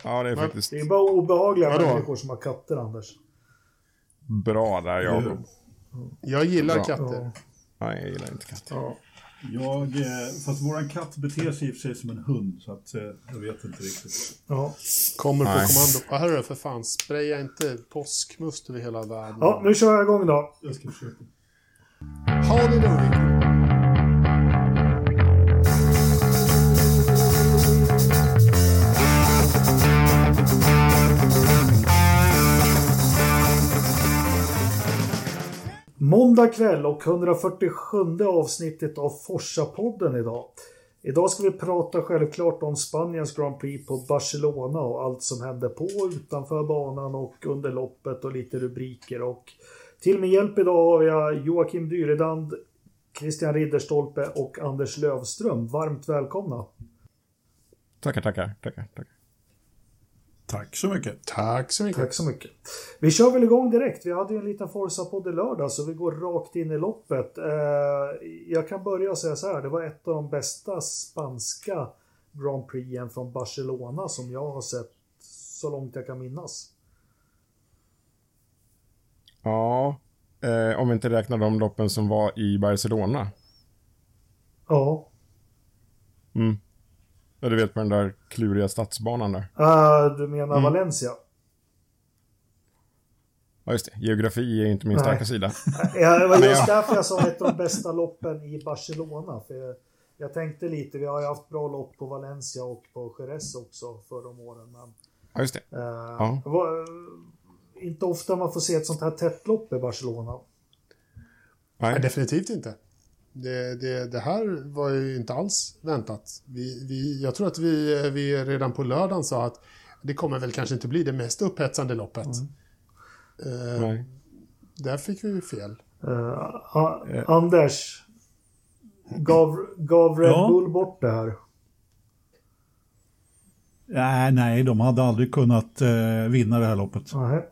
Ja, det är faktiskt... Det är bara obehagliga människor som har katter, Anders. Bra där, Jakob. Jag gillar katter. Nej, jag gillar inte katter. Ja. Fast våran katt beter sig i och för sig som en hund, så att jag vet inte riktigt. Ja. Kommer på kommando. Hörru, för fan, spraya inte påskmust över hela världen. Ja, nu kör jag igång då. Jag ska försöka. Halleluja. Måndag kväll och 147 avsnittet av Forsa-podden idag. Idag ska vi prata självklart om Spaniens Grand Prix på Barcelona och allt som hände på utanför banan och under loppet och lite rubriker. Och till min hjälp idag har jag Joakim Dyredand, Christian Ridderstolpe och Anders Lövström. Varmt välkomna. Tackar. Tack så mycket. Tack så mycket. Vi kör väl igång direkt. Vi hade ju en liten Forza-podd i lördag så vi går rakt in i loppet. Jag kan börja säga så här. Det var ett av de bästa spanska Grand Prixen från Barcelona som jag har sett så långt jag kan minnas. Ja, om vi inte räknar de loppen som var i Barcelona. Ja. Ja, du vet på den där kluriga stadsbanan där. Du menar Valencia? Ja, just det. Geografi är inte min starka sida. Det var just därför jag sa ett av de bästa loppen i Barcelona. För jag tänkte lite, vi har ju haft bra lopp på Valencia och på Jerez också förra åren. Men, ja, just det. Det var inte ofta man får se ett sånt här tätt lopp i Barcelona. Nej, definitivt inte. Det här var ju inte alls väntat. Jag tror att vi redan på lördagen sa att det kommer väl kanske inte bli det mest upphetsande loppet. Där fick vi ju fel. Anders, gav Red Bull bort det här? Nej, de hade aldrig kunnat vinna det här loppet. Nej.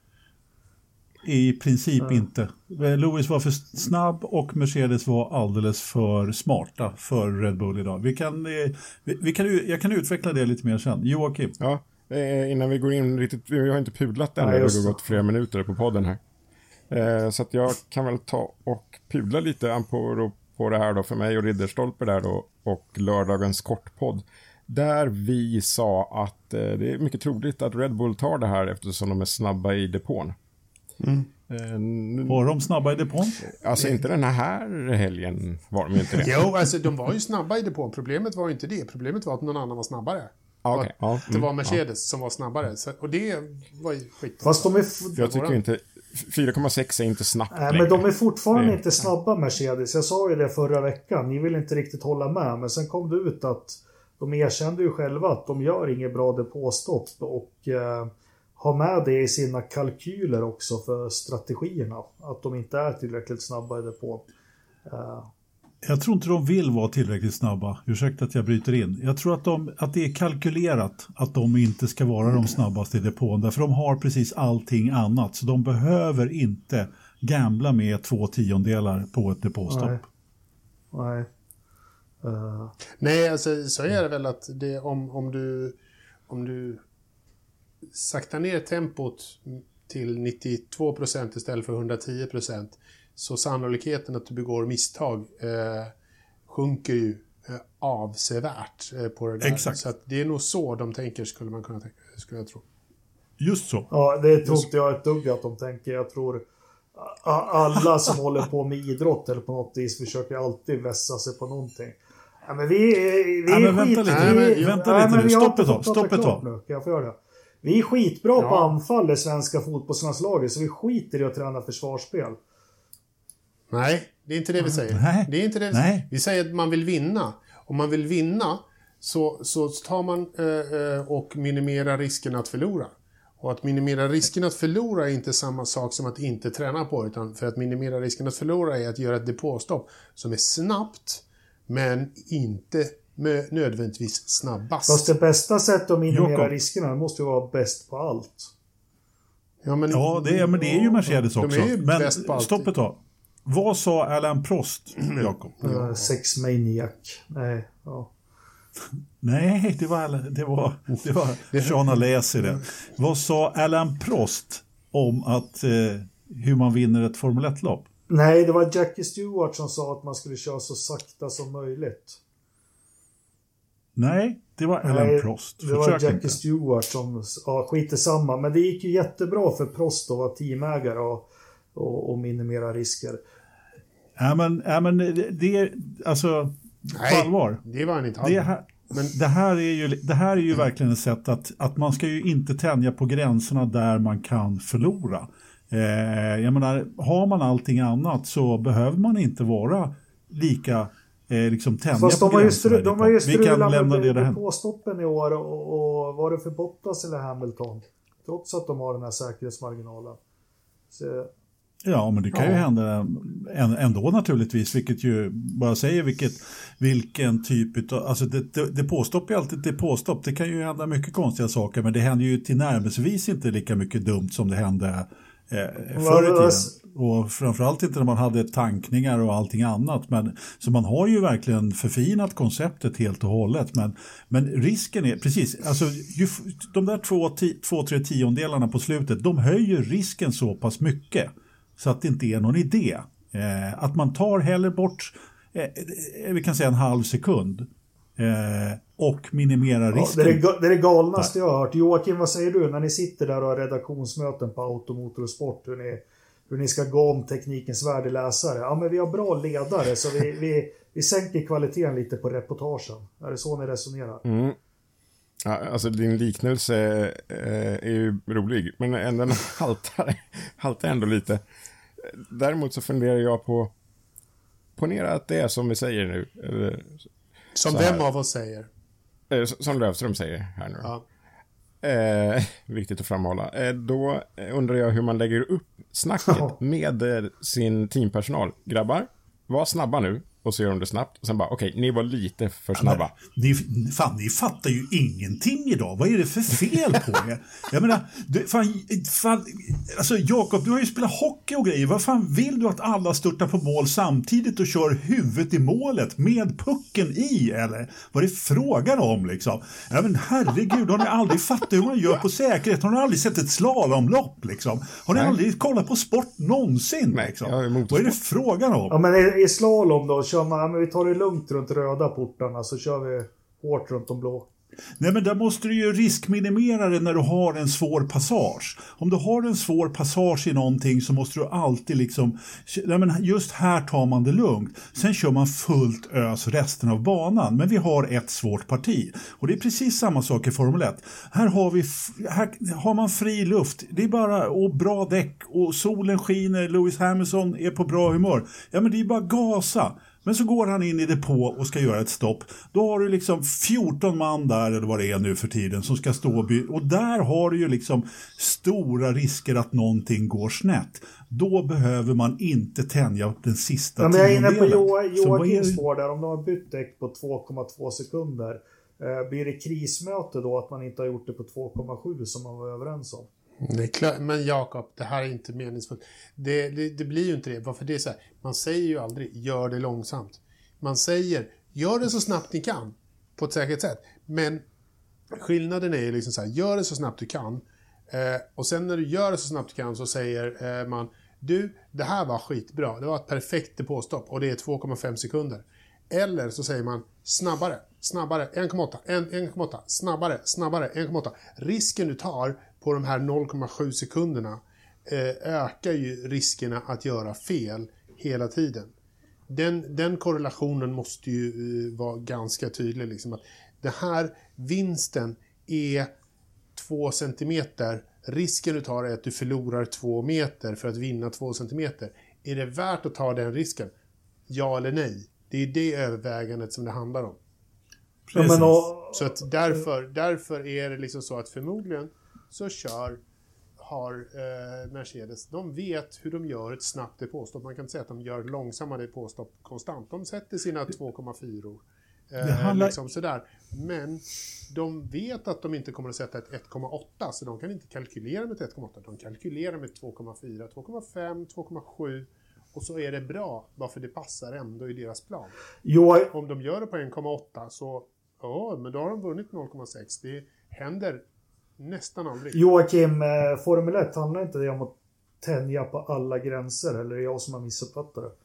I princip inte. Lewis var för snabb och Mercedes var alldeles för smarta för Red Bull idag. Jag kan utveckla det lite mer sen. Joakim. Ja, innan vi går in riktigt, vi har inte pudlat än. Det har gått flera minuter på podden här. Så att jag kan väl ta och pudla lite på det här då för mig och Ridderstolpe där då och lördagens kortpodd. Där vi sa att det är mycket troligt att Red Bull tar det här eftersom de är snabba i depån. Var de snabba i depån? Alltså inte den här helgen var de ju inte det. Jo, alltså de var ju snabba i depån. Problemet var ju inte det. Problemet var att någon annan var snabbare. Okay. Det var Mercedes som var snabbare. Och det var ju skit. Fast jag tycker inte 4,6 är inte snabbt. Nej, men de är fortfarande inte snabba, Mercedes. Jag sa ju det förra veckan. Ni vill inte riktigt hålla med. Men sen kom det ut att de erkände ju själva att de gör inget bra depåstopp. Och ha med det i sina kalkyler också för strategierna. Att de inte är tillräckligt snabba i depå. Jag tror inte de vill vara tillräckligt snabba. Ursäkta att jag bryter in. Jag tror att det är kalkylerat att de inte ska vara de snabbaste i depån. Därför de har precis allting annat. Så de behöver inte gambla med 2/10 på ett depåstopp. Nej. Nej, alltså så är det väl att det, om du saktar ner tempot till 92% istället för 110%, så sannolikheten att du begår misstag sjunker ju avsevärt på det där. Exakt. Så att det är nog så de tänker, skulle jag tro. Just så. Ja, det tror inte jag ett dugg att de tänker. Jag tror alla som håller på med idrott eller på något vis försöker alltid vässa sig på någonting. Ja, men vänta lite nu. Stopp ett tag. Nu. Jag får göra det. Vi är skitbra på anfall i svenska fotbollslandslaget, så vi skiter i att träna försvarsspel. Nej, det är inte det vi säger. Nej. Det är inte det. Nej. Vi säger att man vill vinna. Om man vill vinna så tar man och minimerar risken att förlora. Och att minimera risken att förlora är inte samma sak som att inte träna på, utan för att minimera risken att förlora är att göra ett depåstopp som är snabbt men inte nödvändigtvis snabbast. Fast det bästa sättet att minimera riskerna måste ju vara bäst på allt. Men det är ju Mercedes också. De är ju men bäst på allt. Stopp ett tag. Vad sa Alain Prost, Jakob? Sex maniac. Nej, ja. Nej, det var Sean Alesi det. Vad sa Alain Prost om att hur man vinner ett Formel 1-lopp? Nej, det var Jackie Stewart som sa att man skulle köra så sakta som möjligt. Nej, det var Alain Prost. Det var Jackie Stewart som skiter samma. Men det gick ju jättebra för Prost att vara teamägare och minimera risker. Ja, men det är alltså på allvar. Det var han inte alls. Men det här är ju verkligen ett sätt att man ska ju inte tänja på gränserna där man kan förlora. Jag menar, har man allting annat så behöver man inte vara lika liksom tänja på gränserna. De har ju strulat med påstoppen i år och var det för Bottas eller Hamilton? Trots att de har den här säkerhetsmarginalen. Så... Ja, men det kan ju hända ändå naturligtvis, vilket ju bara säger vilken typ av, alltså det påstopp är alltid det påstopp. Det kan ju hända mycket konstiga saker, men det händer ju tillnärmelsevis inte lika mycket dumt som det hände förr i tiden. Och framförallt inte när man hade tankningar och allting annat. Men, så man har ju verkligen förfinat konceptet helt och hållet. Men risken är, precis, alltså de där 2-3 tiondelarna på slutet, de höjer risken så pass mycket så att det inte är någon idé. Att man tar heller bort, vi kan säga en halv sekund. Och minimera risken. Ja, det är det galnaste jag har hört. Joakim, vad säger du när ni sitter där och har redaktionsmöten på Automotor och Sport? Hur ni ska gå om teknikens värdeläsare? Ja, men vi har bra ledare så vi sänker kvaliteten lite på reportagen. Är det så ni resonerar? Mm. Ja, alltså din liknelse är ju rolig, men den haltar ändå lite. Däremot så funderar jag på, ponera att det är som vi säger nu. Som vem av oss säger? Som Löfström säger här nu. Ja. Viktigt att framhålla. Då undrar jag hur man lägger upp snacket med sin teampersonal. Grabbar, var snabba nu. Och så gör de det snabbt. Och sen bara, okej, ni var lite för snabba. Ni fattar ju ingenting idag. Vad är det för fel på er? Jag menar, alltså Jakob, du har ju spelat hockey och grejer. Vad fan vill du att alla störtar på mål samtidigt och kör huvudet i målet med pucken i, eller? Vad är det frågan om liksom? Ja, men herregud, har ni aldrig fattat hur man gör på säkerhet? Har ni aldrig sett ett slalomlopp liksom? Har ni aldrig kollat på sport någonsin? Nej, liksom? Vad är det frågan om? Ja, men i slalom då kör man, men vi tar det lugnt runt röda portarna så kör vi hårt runt de blå. Nej, men där måste du ju riskminimera det när du har en svår passage. Om du har en svår passage i någonting så måste du alltid liksom, nej men just här tar man det lugnt. Sen kör man fullt ös resten av banan. Men vi har ett svårt parti. Och det är precis samma sak i Formel 1. Här har man fri luft. Det är bara och bra däck och solen skiner. Lewis Hamilton är på bra humör. Ja, men det är bara gasa. Men så går han in i depå och ska göra ett stopp. Då har du liksom 14 man där, eller vad det är nu för tiden, som ska stå och där har du ju liksom stora risker att någonting går snett. Då behöver man inte tänja den sista tiondelen. Men jag är inne på Joakims spår där. Om de har bytt däck på 2,2 sekunder. Blir det krismöte då att man inte har gjort det på 2,7 som man var överens om? Det är klart, men Jakob, det här är inte meningsfullt. Det blir ju inte det. Varför det är så här? Man säger ju aldrig, gör det långsamt. Man säger, gör det så snabbt ni kan. På ett säkert sätt. Men skillnaden är ju liksom så här, gör det så snabbt du kan. Och sen när du gör det så snabbt du kan så säger man, du, det här var skitbra. Det var ett perfekt depåstopp och det är 2,5 sekunder. Eller så säger man, snabbare, 1,8, 1,8, snabbare, 1,8. Risken du tar på de här 0,7 sekunderna ökar ju riskerna att göra fel hela tiden. Den korrelationen måste ju vara ganska tydlig. Liksom, att den här vinsten är 2 centimeter. Risken du tar är att du förlorar 2 meter för att vinna 2 centimeter. Är det värt att ta den risken? Ja eller nej? Det är det övervägandet som det handlar om. Så att därför är det liksom så att förmodligen så har Mercedes, de vet hur de gör ett snabbt depåstopp. Man kan inte säga att de gör långsammare depåstopp konstant. De sätter sina 2,4 liksom sådär. Men de vet att de inte kommer att sätta ett 1,8 så de kan inte kalkylera med ett 1,8. De kalkylerar med 2,4, 2,5, 2,7 och så är det bra varför det passar ändå i deras plan. Om de gör det på 1,8 så Ja, men då har de vunnit 0,6. Det händer nästan aldrig. Joakim, Formel 1, handlar inte det om att tänja på alla gränser? Eller är det jag som har missuppfattat det?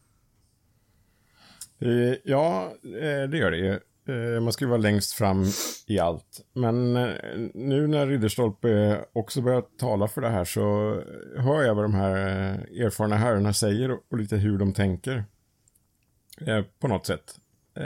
Ja, det gör det ju. Man ska ju vara längst fram i allt. Men nu när Ridderstolpe också börjar tala för det här så hör jag vad de här erfarna herrarna säger och lite hur de tänker. På något sätt.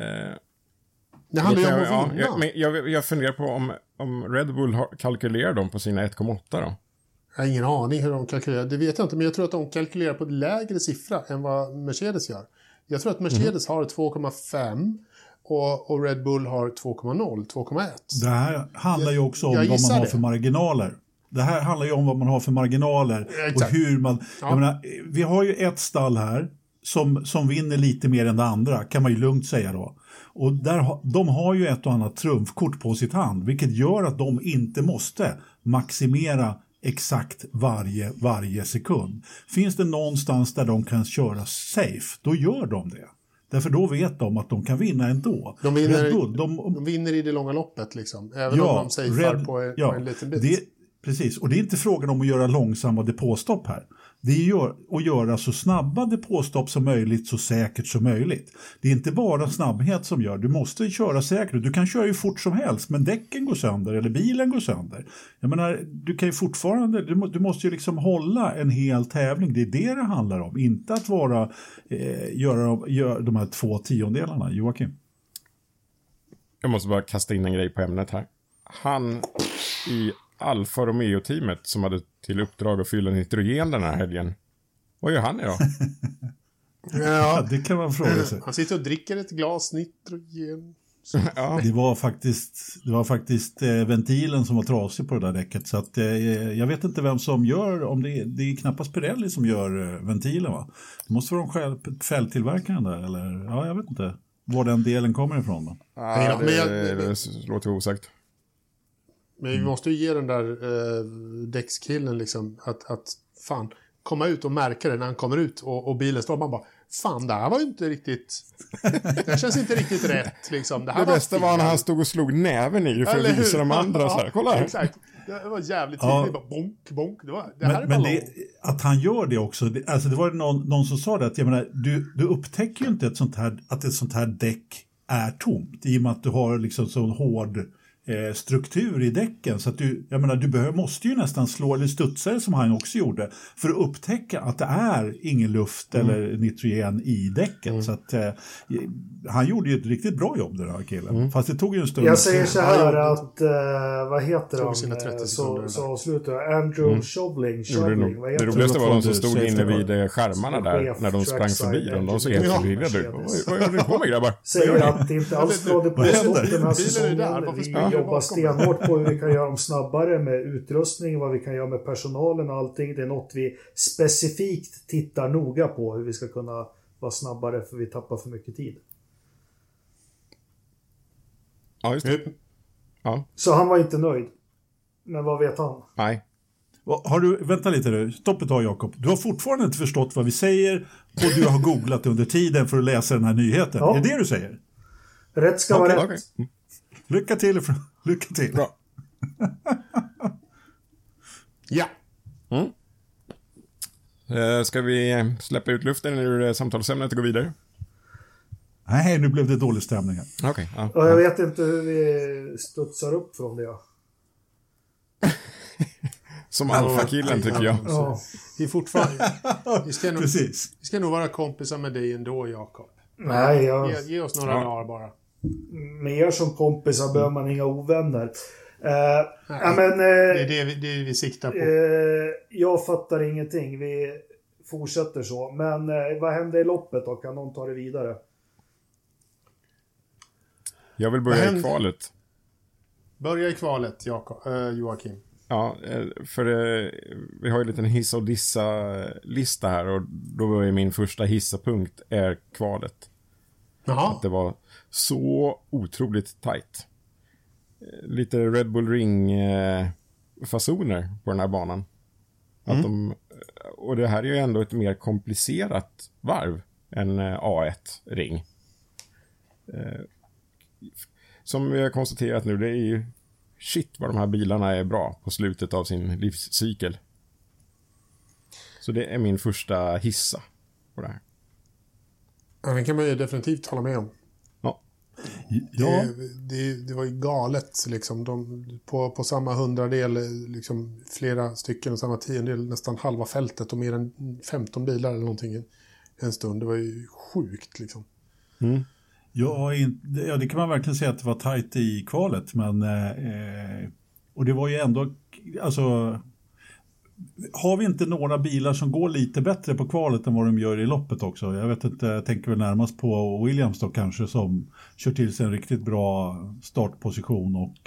Det handlar ju om att vinna. Jag funderar på om Red Bull kalkylerar dem på sina 1,8 då. Jag har ingen aning hur de kalkylerar. Det vet jag inte, men jag tror att de kalkylerar på ett lägre siffra än vad Mercedes gör. Jag tror att Mercedes har 2,5 och Red Bull har 2,0, 2,1. Det här handlar ju också om vad man har för marginaler. Det här handlar ju om vad man har för marginaler. Och hur man... Ja. Jag menar, vi har ju ett stall här som vinner lite mer än det andra, kan man ju lugnt säga då. Och de har ju ett och annat trumfkort på sitt hand, vilket gör att de inte måste maximera exakt varje sekund. Finns det någonstans där de kan köra safe, då gör de det. Därför då vet de att de kan vinna ändå. De vinner i det långa loppet liksom. Även om de safear på en liten bit. Precis, och det är inte frågan om att göra långsamma depåstopp här. Det är att göra så snabba depåstopp som möjligt, så säkert som möjligt. Det är inte bara snabbhet som gör. Du måste köra säkert. Du kan köra ju fort som helst, men däcken går sönder eller bilen går sönder. Jag menar, du kan ju fortfarande, du måste ju liksom hålla en hel tävling. Det är det handlar om. Inte att göra de här 2 tiondelarna. Joakim? Jag måste bara kasta in en grej på ämnet här. Han i Alfa Romeo-teamet som hade till uppdrag att fylla nitrogen den här helgen. Vad gör han idag? Ja, det kan man fråga sig. Han sitter och dricker ett glas nitrogen. Ja. Det var faktiskt ventilen som var trasig på det där däcket. Så att, jag vet inte vem som gör, om det är knappast Pirelli som gör ventilen, va? Det måste vara de fälttillverkaren där, eller? Ja, jag vet inte var den delen kommer ifrån. Då. Ja, det låter osagt. Men vi måste ju ge den där däckskillen liksom att fan, komma ut och märka det när han kommer ut och bilen står, man bara, fan, det här var ju inte riktigt, det känns inte riktigt rätt liksom. Det bästa var när han stod och slog näven i för att visa de andra så här, kolla här. Exakt, det var jävligt tidigt, bara bonk, bonk, att han gör det också, alltså det var någon som sa det, att jag menar, du upptäcker ju inte att ett sånt här däck är tomt, i och med att du har liksom sån hård struktur i däcken, så att du måste ju nästan slå eller studsa som han också gjorde för att upptäcka att det är ingen luft eller nitrogen i däcken. Så att han gjorde ju ett riktigt bra jobb, den här killen. Fast det tog ju en stund. Jag säger så här att vad heter han? Så avslutar Andrew Shovling. Det roligaste var de som stod inne vid skärmarna där när de sprang förbi dem. De såg helt förvirrade ut. Vad gör ni på med, grabbar? Säger att det inte alls bra på stopp den här säsongen. Vi jobbar stenhårt på hur vi kan göra dem snabbare med utrustning, vad vi kan göra med personalen och allting. Det är något vi specifikt tittar noga på, hur vi ska kunna vara snabbare, för vi tappar för mycket tid. Ja, just det. Ja. Så han var inte nöjd. Men vad vet han? Nej. Vänta lite nu, stopp ett tag, Jakob. Du har fortfarande inte förstått vad vi säger och du har googlat under tiden för att läsa den här nyheten. Ja. Är det du säger? Rätt ska vara rätt. Okay. Lycka till. Bra. Ja. Ska vi släppa ut luften ur samtalsämnet och gå vidare? Nej, nu blev det dålig stämning här. Okej. Och jag vet inte hur vi studsar upp från det. Som alfakillen tycker jag. Ja. Vi är fortfarande... Precis. Vi ska nog vara kompisar med dig ändå, Jakob. Nej, Ge oss några dagar bara. Med er som kompisar behöver man inga ovänner. Men, det är det vi siktar på. Jag fattar ingenting. Vi fortsätter så. Men vad händer i loppet då? Kan någon ta det vidare? Jag vill börja i kvalet. Börja i kvalet, Joakim. Ja, för vi har ju en liten hissa och dissa-lista här, och då är min första hissapunkt är kvalet. Jaha. Att det var så otroligt tajt. Lite Red Bull Ring-fasoner på den här banan. Att och det här är ju ändå ett mer komplicerat varv än A1-ring. som vi har konstaterat nu, det är ju shit vad de här bilarna är bra på slutet av sin livscykel. Så det är min första hissa på det här. Ja, den kan man ju definitivt hålla med om. Ja. Det var ju galet liksom. På samma 100-del, liksom flera stycken och samma 10-del, nästan halva fältet och mer än 15 bilar eller någonting en stund. Det var ju sjukt liksom. Mm. Ja, det kan man verkligen säga att det var tajt i kvalet, men och det var ju ändå, alltså, har vi inte några bilar som går lite bättre på kvalet än vad de gör i loppet också? Jag vet inte, jag tänker väl närmast på Williams då kanske, som kör till sig en riktigt bra startposition och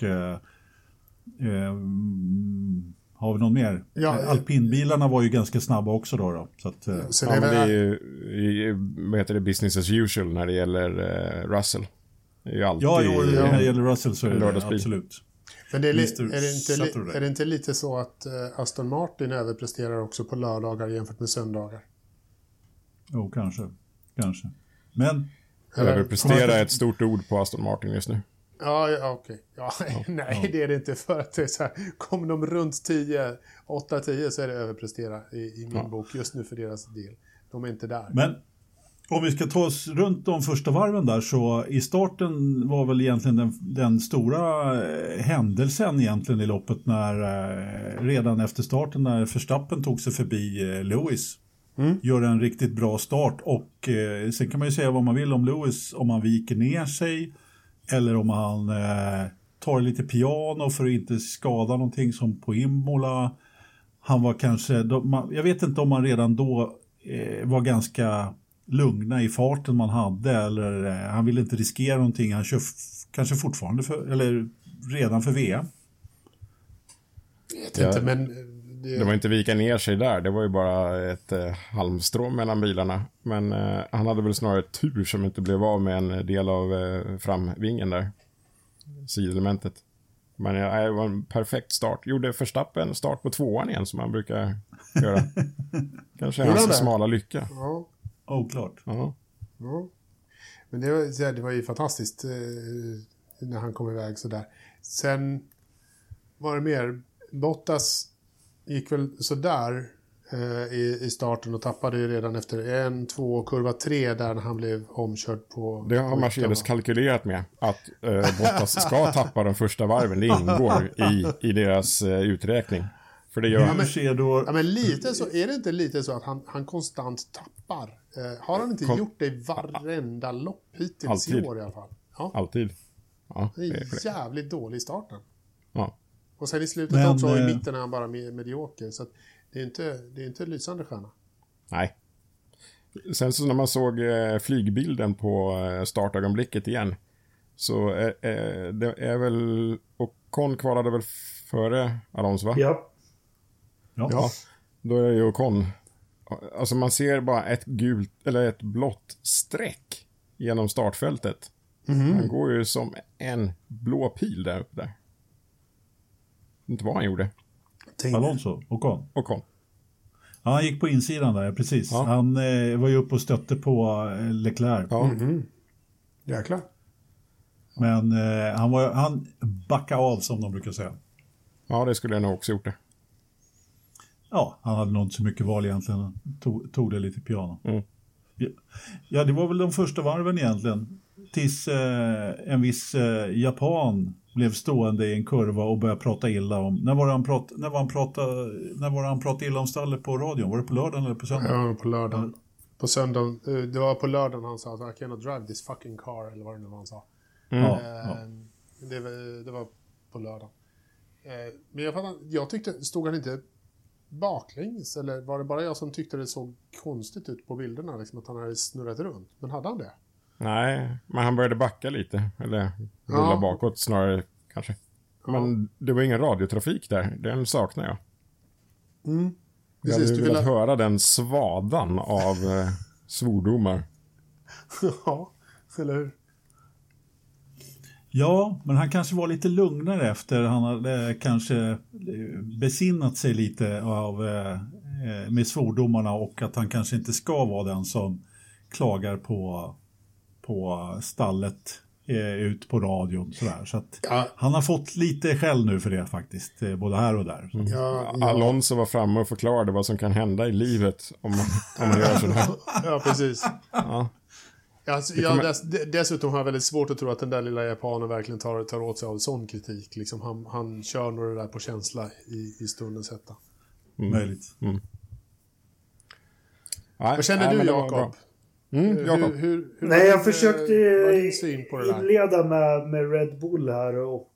har vi någon mer? Ja, alpinbilarna var ju ganska snabba också då. Så att, så men det är ju, vad heter det, business as usual när det gäller Russell. Det är ju alltid... när det gäller Russell så är det absolut. Men det är det inte lite så att Aston Martin överpresterar också på lördagar jämfört med söndagar? Jo, kanske. Men... Överprestera är ett stort ord på Aston Martin just nu. Ja, okej. Ja, nej, det är det inte, för att det är så här, kommer de runt 8-10 så är det överprestera i min bok just nu för deras del. De är inte där. Men om vi ska ta oss runt de första varven där, så i starten var väl egentligen den stora händelsen egentligen i loppet när redan efter starten när Verstappen tog sig förbi Lewis. Gör en riktigt bra start, och sen kan man ju säga vad man vill om Lewis, om han viker ner sig eller om han tar lite piano för att inte skada någonting som på Imola. Han var kanske, jag vet inte om han redan då var ganska lugna i farten man hade, eller han ville inte riskera någonting. Han kör kanske fortfarande eller redan för VM. Jag vet inte, men det var inte vika ner sig där. Det var ju bara ett halmstrå mellan bilarna. Men han hade väl snarare tur som inte blev av med en del av framvingen där. Sidelementet. Men det var en perfekt start. Gjorde Verstappen start på 2:an igen som han brukar göra. Kanske hans smala lycka. Ja. Klart. Ja. Men det var ju fantastiskt när han kom iväg så där. Sen var det mer. Bottas gick väl så där i starten och tappade ju redan efter 1-2 kurva 3 där han blev omkörd på... Det har Mercedes kalkylerat med, att Bottas ska tappa de första varven. Det ingår i deras uträkning. För det gör... men lite så, är det inte lite så att han konstant tappar? Har han inte gjort det i varenda lopp hittills alltid. I år i alla fall? Ja. Alltid. Ja, det är jävligt dålig i starten. Ja. Och sen i slutet också, och i mitten är han bara medioker. Så att det är inte lysande stjärna. Nej. Sen så när man såg flygbilden på startögonblicket igen, så det är väl, och Ocon kvalade väl före Alonso, va? Ja. Då är det ju Ocon. Alltså man ser bara ett gult eller ett blått streck genom startfältet. Han går ju som en blå pil där uppe där. Inte vad han gjorde. Alonso, Ocon. Ja, han gick på insidan där, precis. Ja. Han var ju uppe och stötte på Leclerc. Ja. Jäklar. Men han backade av, som de brukar säga. Ja, det skulle jag nog också gjort det. Ja, han hade nog inte så mycket val egentligen. Han tog det lite piano. Ja, det var väl de första varven egentligen. Tills en viss japan blev stående i en kurva och började prata illa om... När var han pratade illa om stallet på radion? Var det på lördagen eller på söndagen? Ja, på lördagen. På söndagen. Det var på lördagen han sa att I cannot drive this fucking car, eller vad det nu var han sa. Det var på lördagen. Men jag tyckte, stod han inte baklänges, eller var det bara jag som tyckte det såg konstigt ut på bilderna, liksom att han hade snurrat runt? Men hade han det? Nej, men han började backa lite, eller rulla bakåt snarare kanske. Men det var ingen radiotrafik där, den saknar jag. Jag hade velat höra den svadan av svordomar. Ja, eller hur? Ja, men han kanske var lite lugnare efter han hade kanske besinnat sig lite av med svordomarna, och att han kanske inte ska vara den som klagar på stallet ut på radion. Sådär. Så att han har fått lite skäll nu för det faktiskt, både här och där. Alonso var framme och förklarade vad som kan hända i livet om man gör sådär. Ja, precis. Ja. Dessutom har jag väldigt svårt att tro att den där lilla japanen verkligen tar åt sig av sån kritik. Liksom han kör nog det där på känsla i stundens hetta. Möjligt. Vad känner du, Jakob? Nej, jag försökte inleda med Red Bull här och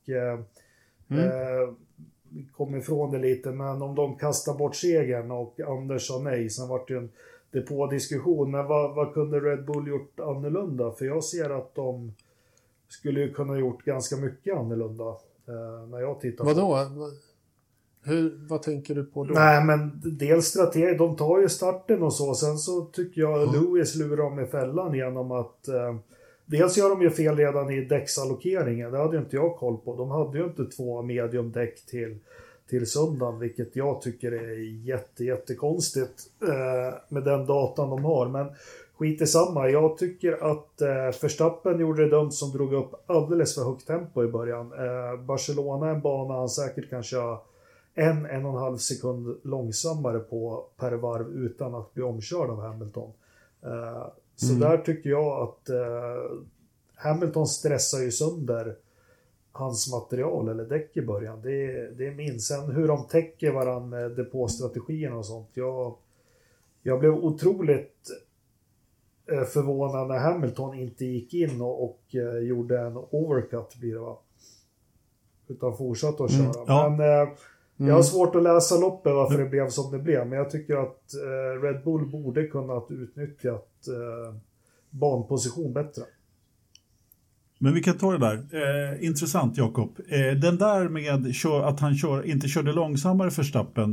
kom ifrån det lite. Men om de kastar bort segern och Anders sa nej, sen var det en depådiskussion. Men vad kunde Red Bull gjort annorlunda? För jag ser att de skulle ju kunna gjort ganska mycket annorlunda när jag tittar på. Vadå? Vad tänker du på då? Nej, men dels strategi. De tar ju starten och så. Sen så tycker jag Lewis lurar dem i fällan genom att dels gör de ju fel redan i däcksallokeringen. Det hade ju inte jag koll på. De hade ju inte 2 mediumdäck till söndagen, vilket jag tycker är jättekonstigt med den datan de har. Men skit i samma. Jag tycker att Verstappen gjorde det dumt som drog upp alldeles för högt tempo i början. Barcelona är en bana han säkert kan köra 1,5 sekund långsammare på per varv utan att bli omkörd av Hamilton. Så där tycker jag att Hamilton stressar ju sönder hans material eller däck i början. Det är min. Sen hur de täcker varann med depåstrategierna och sånt. Jag blev otroligt förvånad när Hamilton inte gick in och gjorde en overcut blir det, va? Utan fortsatte att köra. Ja. Men jag har svårt att läsa loppet varför det blev som det blev. Men jag tycker att Red Bull borde kunnat utnyttja banposition bättre. Men vi kan ta det där. Intressant, Jakob. Den där med att han inte körde långsammare för Verstappen,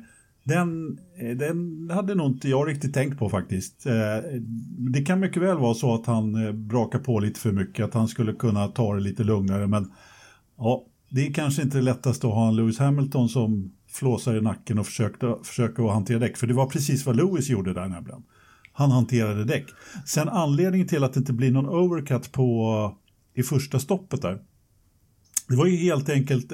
den hade nog inte jag riktigt tänkt på faktiskt. Det kan mycket väl vara så att han brakar på lite för mycket, att han skulle kunna ta det lite lugnare. Men ja, det är kanske inte det lättaste att ha en Lewis Hamilton som flåsar i nacken och försöker att hantera däck. För det var precis vad Lewis gjorde där nämligen. Han hanterade däck. Sen anledningen till att det inte blir någon overcut i första stoppet där. Det var ju helt enkelt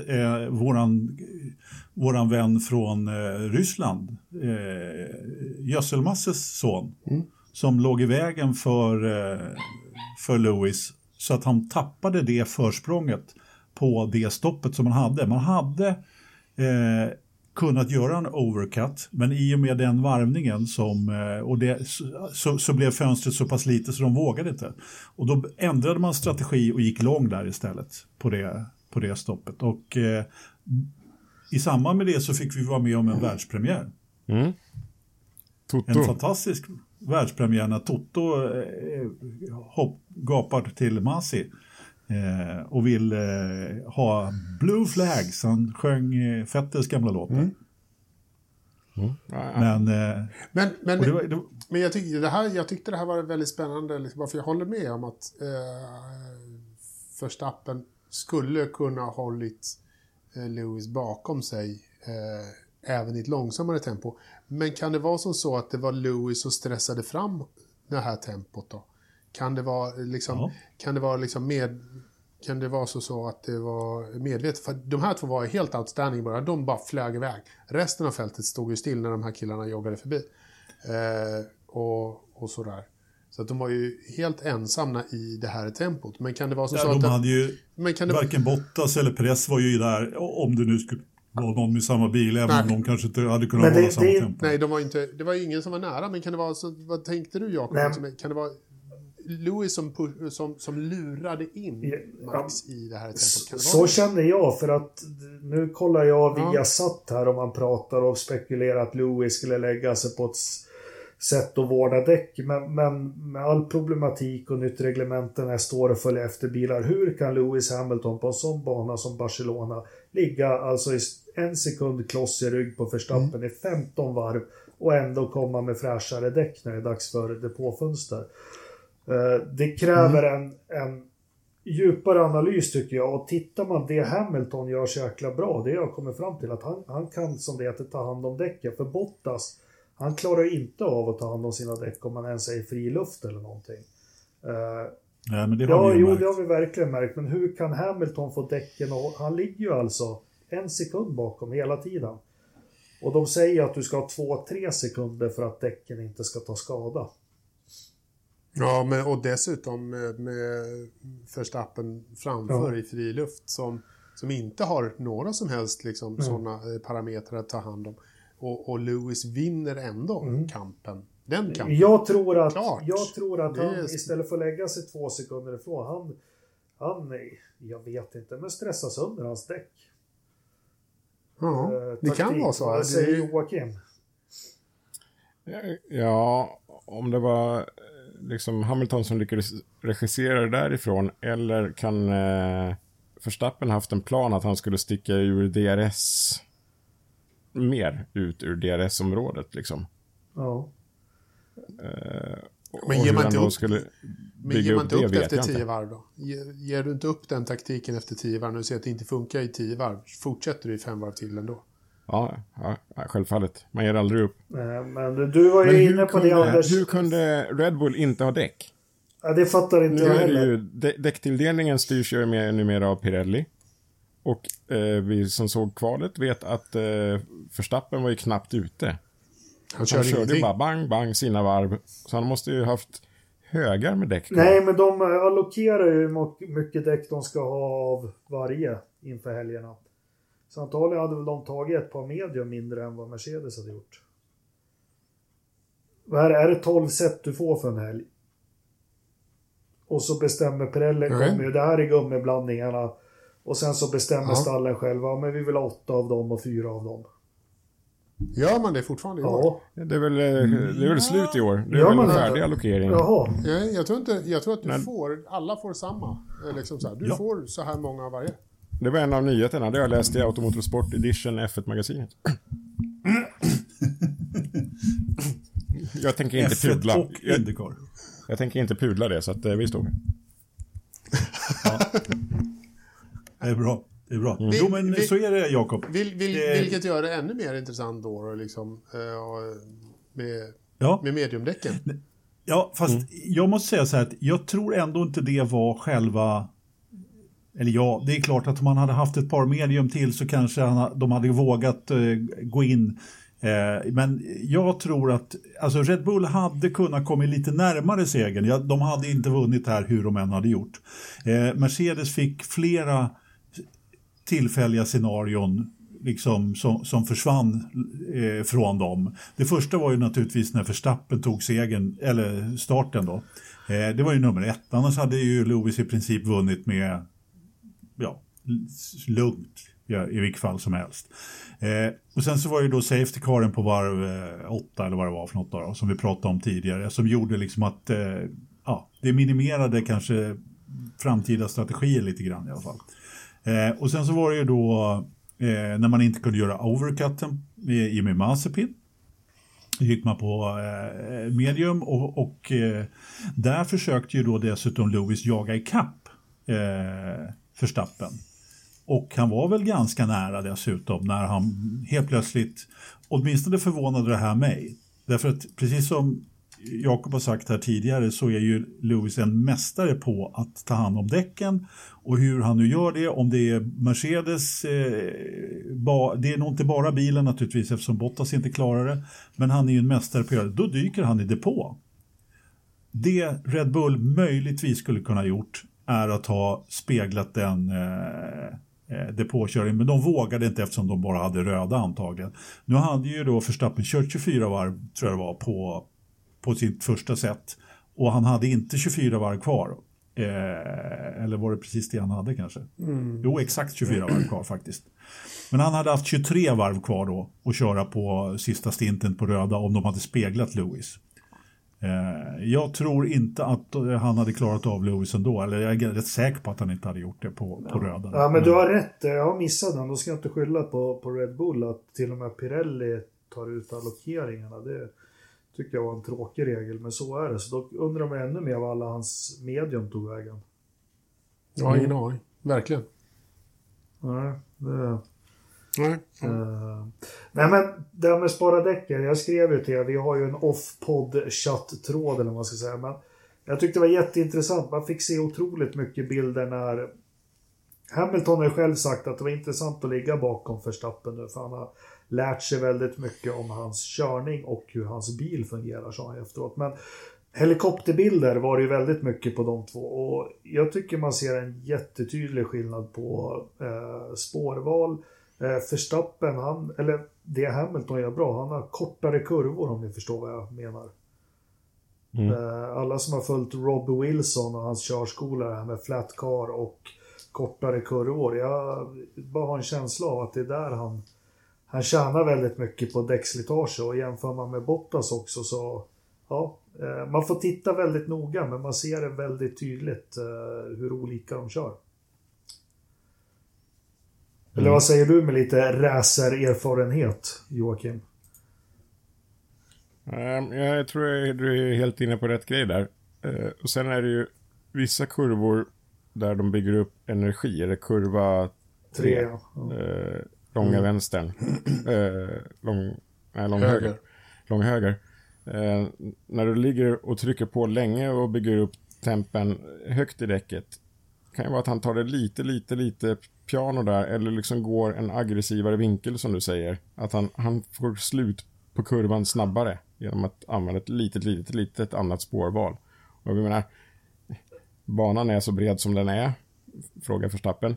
våran vän från Ryssland. Gösselmasses son. Som låg i vägen för Lewis. Så att han tappade det försprånget på det stoppet som man hade. Man hade kunnat göra en overcut, men i och med den varvningen så blev fönstret så pass lite så de vågade inte. Och då ändrade man strategi och gick lång där istället på det stoppet. Och i samband med det så fick vi vara med om en världspremiär. En fantastisk världspremiär när Toto gapar till Masi. Och vill ha Blue Flags. Han sjöng Vettels gamla låtar. Men jag tyckte det här var väldigt spännande. Liksom, för jag håller med om att Verstappen skulle kunna ha hållit Lewis bakom sig även i ett långsammare tempo. Men kan det vara som så att det var Lewis som stressade fram det här tempot då? Kan det vara liksom, kan det vara så att det var medvetet? För de här två var helt outstanding bara. De bara flög iväg. Resten av fältet stod ju still när de här killarna joggade förbi. Och sådär. Så att de var ju helt ensamma i det här tempot. Men kan det vara så att... De hade ju... Varken Bottas eller Perez var ju där. Om det nu skulle vara någon med samma bil. Även om de kanske inte hade kunnat hålla samma tempo. Nej, det var ingen som var nära. Men kan det vara så... Vad tänkte du, Jakob? Kan det vara... Lewis som lurade in Max i det här tempot. Så känner jag, för att nu kollar jag via satt här om man pratar och spekulerar att Lewis skulle lägga sig på ett sätt att vårda däck. Men med all problematik och nytt reglementen här står och följer efter bilar. Hur kan Lewis Hamilton på en sån bana som Barcelona ligga alltså i 1 sekund kloss i rygg på Verstappen i 15 varv och ändå komma med fräschare däck när det är dags för depåfönster? Det kräver en djupare analys tycker jag, och tittar man det Hamilton gör så jäkla bra, det jag kommer fram till att han kan som det heter ta hand om däcken. För Bottas, han klarar inte av att ta hand om sina däck om man ens är i fri luft eller någonting. Ja, men det har det har vi verkligen märkt. Men hur kan Hamilton få däcken? Och han ligger ju alltså 1 sekund bakom hela tiden. Och de säger att du ska ha 2-3 sekunder för att däcken inte ska ta skada. Ja, och dessutom med Verstappen framför i fri luft som inte har några som helst liksom, sådana parametrar att ta hand om. Och Lewis vinner ändå kampen. Den kampen. Jag tror att han istället för att lägga sig 2 sekunder ifrån, han jag vet inte, men stressar sönder hans däck. Ja, det kan vara så. Vad säger Joakim? Ja, om det var liksom Hamilton som lyckades regissera det därifrån, eller kan Verstappen haft en plan att han skulle sticka ur DRS mer ut ur DRS-området liksom. Ja. Men ger man inte upp, skulle ger man inte upp det efter 10 varv då? Ger du inte upp den taktiken efter 10 varv när du ser att det inte funkar i 10 varv? Fortsätter du i 5 varv till ändå? Ja, självfallet. Man ger aldrig upp. Men du var ju inne på det, Anders. Hur kunde Red Bull inte ha däck? Ja, det fattar inte jag heller. Däcktilldelningen styrs ju numera av Pirelli. Och vi som såg kvalet vet att Verstappen var ju knappt ute. Han körde ju bara bang sina varv. Så han måste ju haft högar med däck. Nej, men de allokerar ju mycket däck de ska ha av varje inför helgerna. Så antagligen hade väl de tagit ett par medium mindre än vad Mercedes hade gjort. Är det 12 set du får för en helg? Och så bestämmer Pirelli, det här är gummiblandningarna. Och sen så bestämmer stallen själva, men vi vill ha 8 av dem och 4 av dem. Gör man det fortfarande i år? Det är väl slut i år. Det är väl en färdig allokering. Jaha. Jag tror att alla får samma. Liksom så här. Du får så här många av varje. Det var en av nyheterna. Det har jag läst i Automotorsport Edition F1-magasinet. Jag tänker inte pudla. Jag tänker inte pudla det, så att vi står. Ja. Det är bra. Jo, men så är det, Jakob. Vilket gör det ännu mer intressant då, liksom, med mediumdäcken. Ja, fast jag måste säga så här att jag tror ändå inte det var själva... Eller det är klart att om man hade haft ett par medium till så kanske de hade vågat gå in. Men jag tror att Red Bull hade kunnat komma lite närmare segern. De hade inte vunnit här hur de än hade gjort. Mercedes fick flera tillfälliga scenarion liksom, som försvann från dem. Det första var ju naturligtvis när Verstappen tog segern, eller starten då. Det var ju nummer 1. Annars hade ju Lewis i princip vunnit med lugnt i vilket fall som helst. Och sen så var ju då safety-caren på varv 8 eller vad det var för något då, som vi pratade om tidigare, som gjorde liksom att det minimerade kanske framtida strategier lite grann i alla fall. Och sen så var det ju då när man inte kunde göra overcutten med Mazepin, gick man på medium och där försökte ju då dessutom Lewis jaga i kapp Verstappen. Och han var väl ganska nära dessutom när han helt plötsligt, åtminstone förvånade det här mig. Därför att precis som Jakob har sagt här tidigare så är ju Lewis en mästare på att ta hand om däcken. Och hur han nu gör det, om det är Mercedes, det är nog inte bara bilen naturligtvis eftersom Bottas inte klarar det. Men han är ju en mästare på att göra det. Då dyker han i depå. Det Red Bull möjligtvis skulle kunna gjort är att ha speglat den depåkörningen, men de vågade inte eftersom de bara hade röda antagligen. Nu hade ju då Verstappen kört 24 varv tror jag det var på sitt första set och han hade inte 24 varv kvar. Eller var det precis det han hade kanske? Jo, exakt 24 varv kvar faktiskt. Men han hade haft 23 varv kvar då och köra på sista stinten på röda om de hade speglat Lewis. Jag tror inte att han hade klarat av Lewis ändå. Eller jag är rätt säker på att han inte hade gjort det på röda. Ja, men du har rätt. Jag har missat den. Då ska jag inte skylla på Red Bull att till och med Pirelli tar ut allokeringarna. Det tycker jag var en tråkig regel. Men så är det. Så då undrar man ännu mer vad alla hans medium tog vägen. Ja, ingen aning. Verkligen. Nej, det... Nej, men det här med spara däcken, jag skrev ju till er, vi har ju en off-podd chatt-tråd eller vad man ska säga, men Jag tyckte det var jätteintressant. Man fick se otroligt mycket bilder när Hamilton har själv sagt att det var intressant att ligga bakom Verstappen nu, för han har lärt sig väldigt mycket om hans körning och hur hans bil fungerar, sa han efteråt. Men helikopterbilder var det ju väldigt mycket på de två, och jag tycker man ser en jättetydlig skillnad på spårval. Verstappen, eller det Hamilton gör bra, han har kortare kurvor, om ni förstår vad jag menar. Alla som har följt Robbie Wilson och hans körskola här med flat car och kortare kurvor, jag bara har en känsla av att det är där han tjänar väldigt mycket på däckslitage, och jämför man med Bottas också så ja, man får titta väldigt noga, men man ser det väldigt tydligt hur olika de kör. Eller vad säger du med lite racererfarenhet, Joakim? Jag tror du är helt inne på rätt grej där. Och sen är det ju vissa kurvor där de bygger upp energi, eller kurva 3, långa vänstern, lång höger. När du ligger och trycker på länge och bygger upp tempen högt i däcket, kan ju vara att han tar det lite piano där, eller liksom går en aggressivare vinkel som du säger, att han får slut på kurvan snabbare genom att använda ett litet annat spårval. Och jag menar, banan är så bred som den är, fråga Verstappen.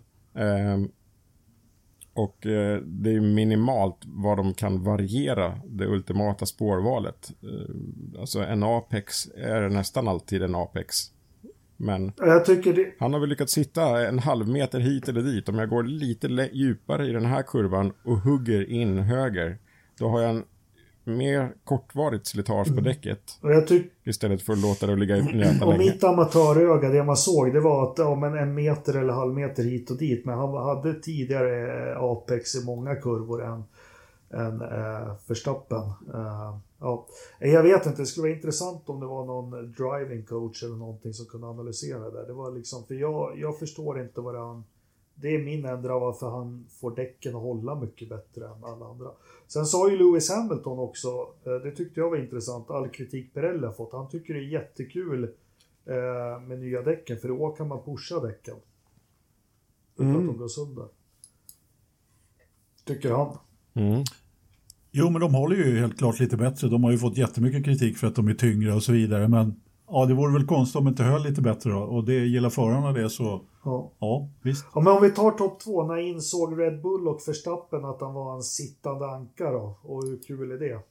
Och det är minimalt vad de kan variera det ultimata spårvalet. Alltså en Apex är nästan alltid en Apex. Men jag tycker han har väl lyckats sitta en halv meter hit eller dit. Om jag går lite djupare i den här kurvan och hugger in höger, då har jag en mer kortvarigt slitage på däcket. Och jag istället för att låta det ligga nöta och länge. mitt amatöröga, det man såg, det var att men en meter eller halv meter hit och dit. Men han hade tidigare Apex i många kurvor än Verstappen. Ja. Jag vet inte, det skulle vara intressant om det var någon driving coach eller någonting som kunde analysera det. Det var liksom, för jag förstår inte vad det är min ändra varför han får däcken att hålla mycket bättre än alla andra. Sen sa ju Lewis Hamilton också, det tyckte jag var intressant, all kritik Pirelli har fått. Han tycker det är jättekul med nya däcken, för då kan man pusha däcken utan att de går sönder. Tycker han. Jo, men de håller ju helt klart lite bättre. De har ju fått jättemycket kritik för att de är tyngre och så vidare. Men ja, det vore väl konstigt om de inte höll lite bättre då. Och det gillar förarna det, så ja visst. Ja, men om vi tar topp 2, när insåg Red Bull och Verstappen att han var en sittande ankar då? Och hur kul är det?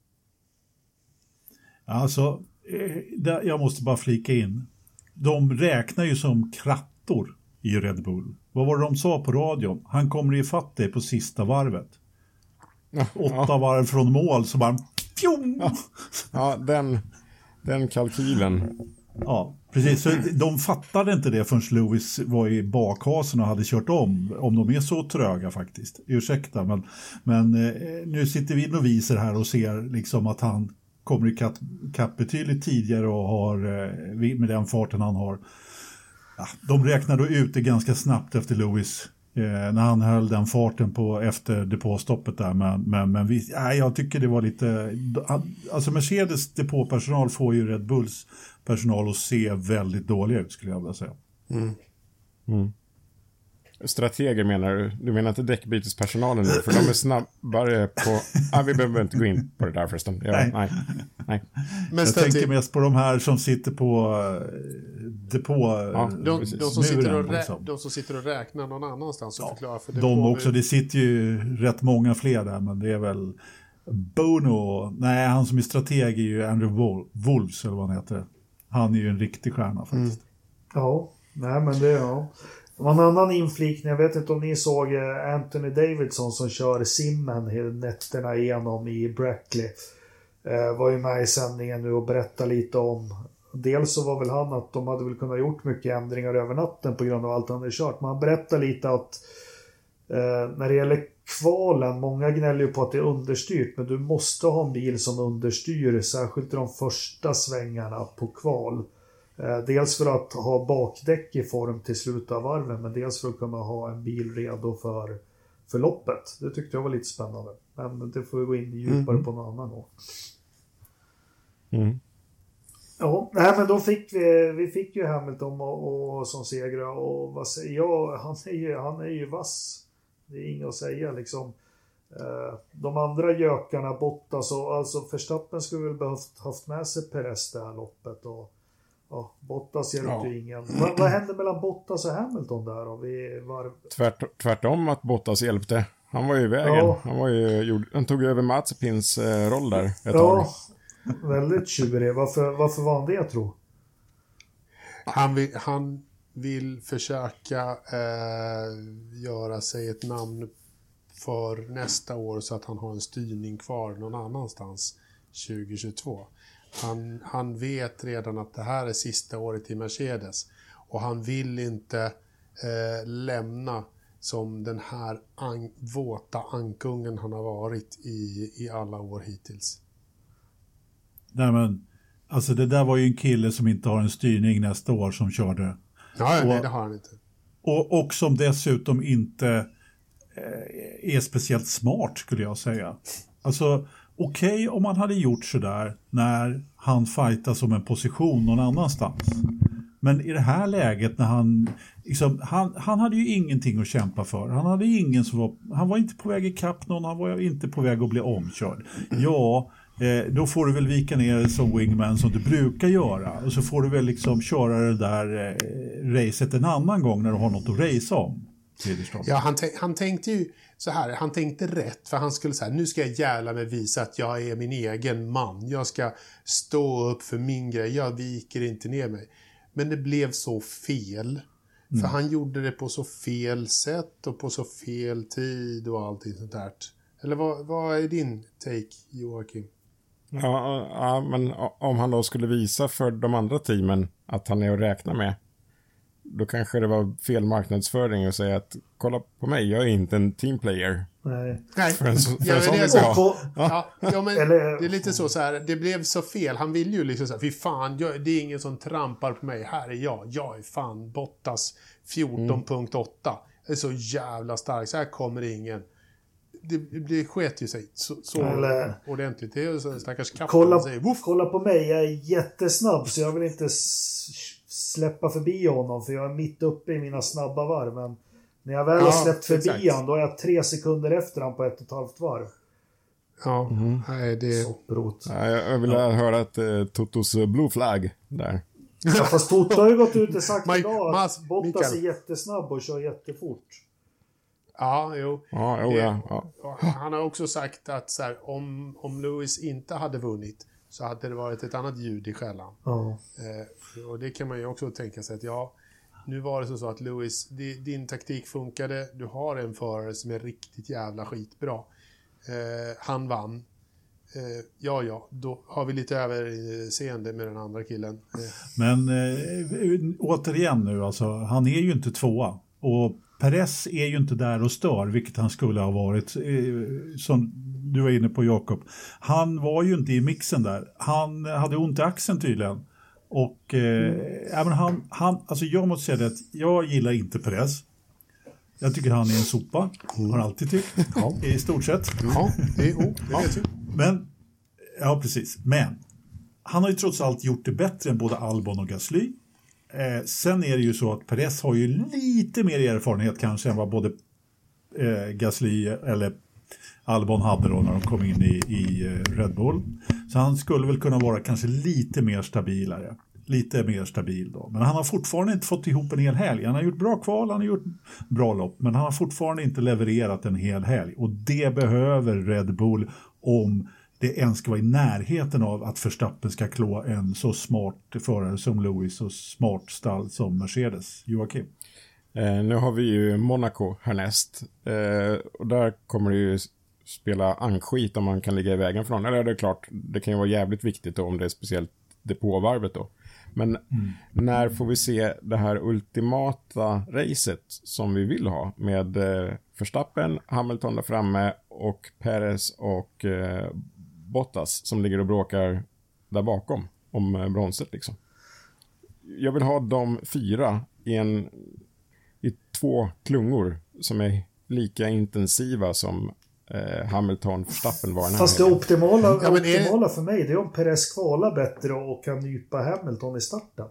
Alltså, jag måste bara flika in. De räknar ju som krattor i Red Bull. Vad var det de sa på radion? Han kommer ifatt dig på sista varvet. 8 varv från mål, så bara fjom! Ja, den kalkylen. Ja, precis. Så de fattade inte det förrän Lewis var i bakhasen och hade kört om de är så tröga faktiskt. Ursäkta, men nu sitter vi noviser här och ser liksom att han kommer i kapp betydligt tidigare och har med den farten han har. Ja, de räknade då ut det ganska snabbt efter Lewis när han höll den farten efter depåstoppet där, men jag tycker det var lite, alltså Mercedes depåpersonal får ju Red Bulls personal att se väldigt dåliga ut, skulle jag vilja säga. Strateger menar du? Du menar inte däckbytespersonalen nu? För de är snabbare på... vi behöver inte gå in på det där förresten. Nej. Jag tänker mest på de här som sitter på depå... De som sitter och räknar någon annanstans och förklarar för de också, det sitter ju rätt många fler där, men det är väl Bono... Nej, han som är strateg är ju Andrew Wolves, eller vad han heter. Han är ju en riktig stjärna faktiskt. Ja, nej men det är... Det var en annan inflikning, jag vet inte om ni såg Anthony Davidson som kör simmen nätterna igenom i Brackley. Var ju med i sändningen nu och berättade lite om, dels så var väl han att de hade väl kunnat gjort mycket ändringar över natten på grund av allt han hade kört. Men han berättade lite att när det gäller kvalen, många gnäller ju på att det är understyrt, men du måste ha en bil som understyr, särskilt i de första svängarna på kval. Dels för att ha bakdäck i form till slutet av varven, men dels för att kunna ha en bil redo för loppet. Det tyckte jag var lite spännande. Men det får vi gå in djupare på någon annan gång. Ja, nej, men då fick vi fick ju Hamilton och som segrare, och vad säger jag, han är ju vass. Det är inget att säga liksom. De andra gökarna, Bottas och alltså Verstappen skulle väl behövt haft med sig Perez det här loppet, och ja, Bottas hjälpte ju ingen. Vad hände mellan Bottas och Hamilton där då? Tvärtom att Bottas hjälpte. Han var ju i vägen. Ja. Han tog över Mazepins roll där ett tag. Väldigt tjurig. Varför var han det, jag tror? Han vill försöka göra sig ett namn för nästa år så att han har en styrning kvar någon annanstans 2022. Han vet redan att det här är sista året i Mercedes, och han vill inte lämna som den här våta ankungen han har varit i alla år hittills. Nej, men alltså det där var ju en kille som inte har en styrning nästa år som körde. Nej, det har han inte. Och som dessutom inte är speciellt smart, skulle jag säga. Alltså okej, om man hade gjort sådär när han fightar som en position någon annanstans. Men i det här läget när han hade ju ingenting att kämpa för. Han hade ingen han var inte på väg i kapp någon, han var inte på väg att bli omkörd. Ja, då får du väl vika ner som wingman som du brukar göra, och så får du väl liksom köra det där racet en annan gång när du har något att racea om. Ja, han tänkte ju så här, han tänkte rätt, för han skulle säga, nu ska jag jävla med visa att jag är min egen man. Jag ska stå upp för min grej, jag viker inte ner mig. Men det blev så fel. För han gjorde det på så fel sätt och på så fel tid och allting sånt där. Eller vad är din take, Joakim? Ja, men om han då skulle visa för de andra teamen att han är att räkna med, då kanske det var fel marknadsföring att säga att kolla på mig, jag är inte en teamplayer. Nej. Men det är lite så här, det blev så fel. Han vill ju liksom så här, fy fan, det är ingen som trampar på mig. Här är jag är fan Bottas 14.8. Det är så jävla stark, så här kommer ingen. Det sket ju sig så ordentligt. Det är ju så stackars kapten säger, kolla på mig, jag är jättesnabb, så jag vill inte släppa förbi honom, för jag är mitt uppe i mina snabba varv, men när jag väl har släppt förbi honom, då är jag 3 sekunder efter han på 1,5 varv. Ja, nej, det är... Jag vill höra ett Totos blue flag där. Ja, fast Toto har ju gått ut och sagt idag att Bottas är jättesnabb och kör jättefort. Ja, jo. Ja. Han har också sagt att så här, om Lewis inte hade vunnit så hade det varit ett annat ljud i skällan. Ja. Och det kan man ju också tänka sig att nu var det så att Lewis, din taktik funkade, du har en förare som är riktigt jävla skitbra. Han vann. Då har vi lite överseende med den andra killen. Men återigen nu, alltså, han är ju inte tvåa. Och Perez är ju inte där och stör, vilket han skulle ha varit, som du var inne på, Jakob. Han var ju inte i mixen där. Han hade ont i axeln tydligen. Och även alltså jag måste säga det att jag gillar inte Perez. Jag tycker han är en sopa. Har alltid tyckt. I stort sett. Ja, det vet jag. Men, ja precis. Men han har ju trots allt gjort det bättre än både Albon och Gasly. Sen är det ju så att Perez har ju lite mer erfarenhet kanske än vad både Gasly eller Albon hade då när de kom in i Red Bull. Så han skulle väl kunna vara kanske lite mer stabilare. Lite mer stabil då. Men han har fortfarande inte fått ihop en hel helg. Han har gjort bra kval, han har gjort bra lopp. Men han har fortfarande inte levererat en hel helg. Och det behöver Red Bull om det ens ska vara i närheten av att Verstappen ska klå en så smart förare som Lewis och smart stall som Mercedes. Joakim? Nu har vi ju Monaco härnäst. Och där kommer det ju spela ankskit om man kan ligga i vägen för någon. Eller det är klart, det kan ju vara jävligt viktigt då, om det är speciellt depåvarvet då. Men när får vi se det här ultimata racet som vi vill ha med Verstappen, Hamilton där framme och Perez och Bottas som ligger och bråkar där bakom om bronset liksom. Jag vill ha de 4 i 2 klungor som är lika intensiva som Hamilton, Verstappen var den här. Fast det optimala Ja, för mig det är om Perez kvalar bättre och kan nypa Hamilton i starten.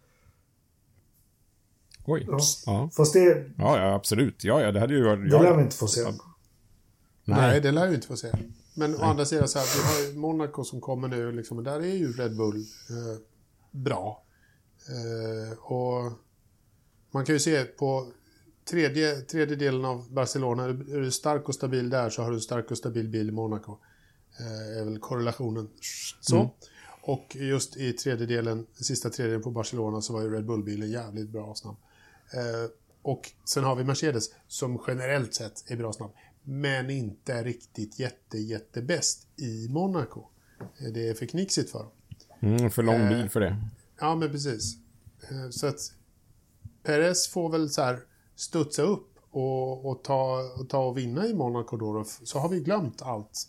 Oj, ja. Fast det... Ja, absolut. Ja, det hade ju varit... Det lär vi inte få se. Nej, det lär vi inte få se. Men å andra sidan så här, vi har ju Monaco som kommer nu liksom, och där är ju Red Bull bra. Och man kan ju se på tredje delen av Barcelona, är du stark och stabil där så har du stark och stabil bil i Monaco. Är väl korrelationen så. Och just i sista tredjedelen på Barcelona så var ju Red Bull-bilen jävligt bra och snabb. Och sen har vi Mercedes som generellt sett är bra snabb. Men inte riktigt jättebäst i Monaco. Det är för knixigt för dem. För lång bil för det. Ja, men precis. Så att Perez får väl så här studsa upp och ta och vinna i Monaco då. Så har vi glömt allt.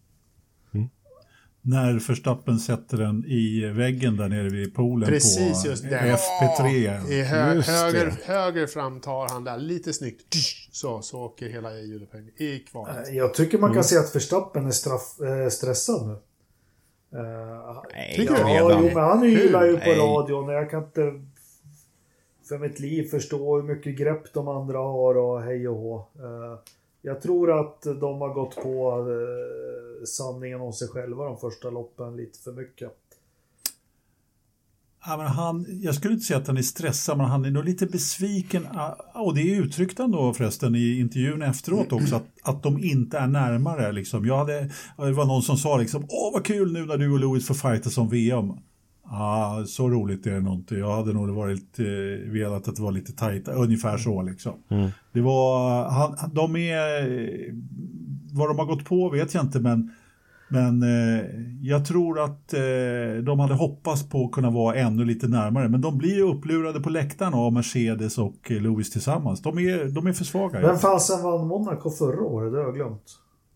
När Verstappen sätter den i väggen där nere vid poolen. Precis, på just det. FP3. I höger fram tar han där lite snyggt. Så åker hela hjulupphängningen i kvalet. Jag tycker man kan se att Verstappen är stressad nu. Tycker ja, redan. men han ylar ju på radion. Jag kan inte för mitt liv förstå hur mycket grepp de andra har och hej och hå. Jag tror att de har gått på sanningen om sig själva de första loppen lite för mycket. Ja, men jag skulle inte säga att han är stressad, men han är nog lite besviken. Och det är uttryckt ändå förresten i intervjun efteråt också, att de inte är närmare. Liksom. Det var någon som sa liksom, vad kul nu när du och Lewis får fighta som VM. Så roligt är det nog inte. Jag hade nog velat att det var lite tajt, ungefär så liksom. Det var, vad de har gått på vet jag inte, men jag tror att de hade hoppats på att kunna vara ännu lite närmare. Men de blir upplurade på läktaren av Mercedes och Lewis tillsammans. De är för svaga. Vem fasen vann Monaco förra året? Det har jag glömt.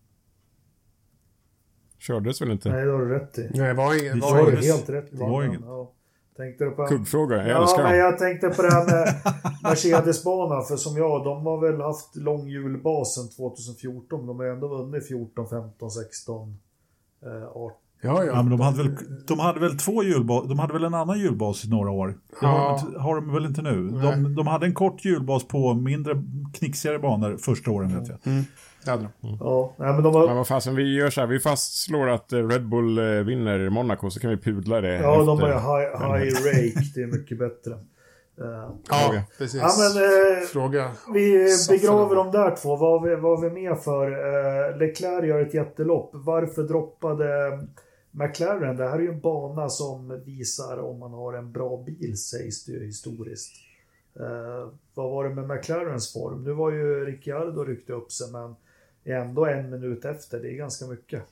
Kördes väl inte? Nej, det har du rätt i. Nej, var helt rätt. Det var ingen. Ja. Tänkte du på Kuggfråga, jag älskar men jag tänkte på det här med Mercedes-banan. För som de har väl haft lång hjulbasen 2014. De har ändå vunnit 14, 15, 16, 18. Ja, men de hade väl två hjulbas. De hade väl en annan hjulbas i några år. Det har de väl inte nu. De hade en kort hjulbas på mindre knixigare banor första åren vet jag. Ja, men de har... Men vad fasen, vi gör så här, vi fastslår att Red Bull vinner Monaco så kan vi pudla det. Ja, de har high rake, det är mycket bättre. Ja, precis. Ja, men, Fråga. Vi begraver de där två. Vad var vi med för? Leclerc gör ett jättelopp. Varför droppade McLaren? Det här är ju en bana som visar om man har en bra bil, sägs det ju historiskt. Vad var det med McLarens form? Nu var ju Ricciardo ryckte upp sig, men ändå 1 minut efter. Det är ganska mycket.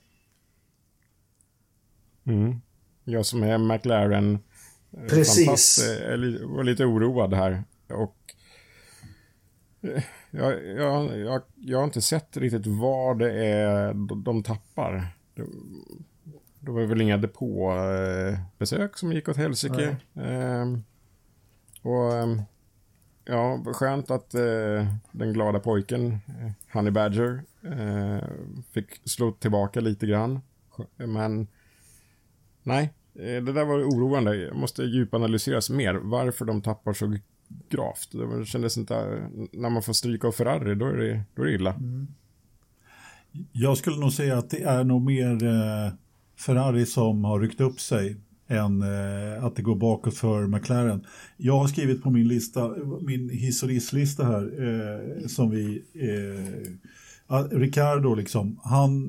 Jag som är McLaren precis var lite oroad här. Och jag har inte sett riktigt vad det är de tappar. Det var väl inga depåbesök som gick åt helsike. Skönt att den glada pojken Honey Badger fick slå tillbaka lite grann. Men nej, det där var oroande. Jag måste djupanalyseras mer varför de tappar så gravt. Det kändes inte, när man får stryka av Ferrari då är det illa. Jag skulle nog säga att det är nog mer Ferrari som har ryckt upp sig än att det går bakåt för McLaren. Jag har skrivit på min lista, min historislista här som vi Ricciardo liksom,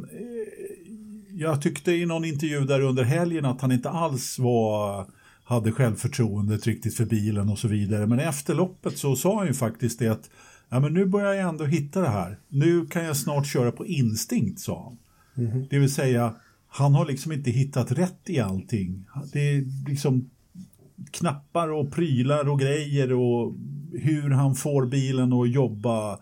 jag tyckte i någon intervju där under helgen att han inte alls hade självförtroendet riktigt för bilen och så vidare, men efter loppet så sa han ju faktiskt det att men nu börjar jag ändå hitta det här. Nu kan jag snart köra på instinkt, sa han. Det vill säga, han har liksom inte hittat rätt i allting. Det är liksom knappar och prylar och grejer och hur han får bilen att jobba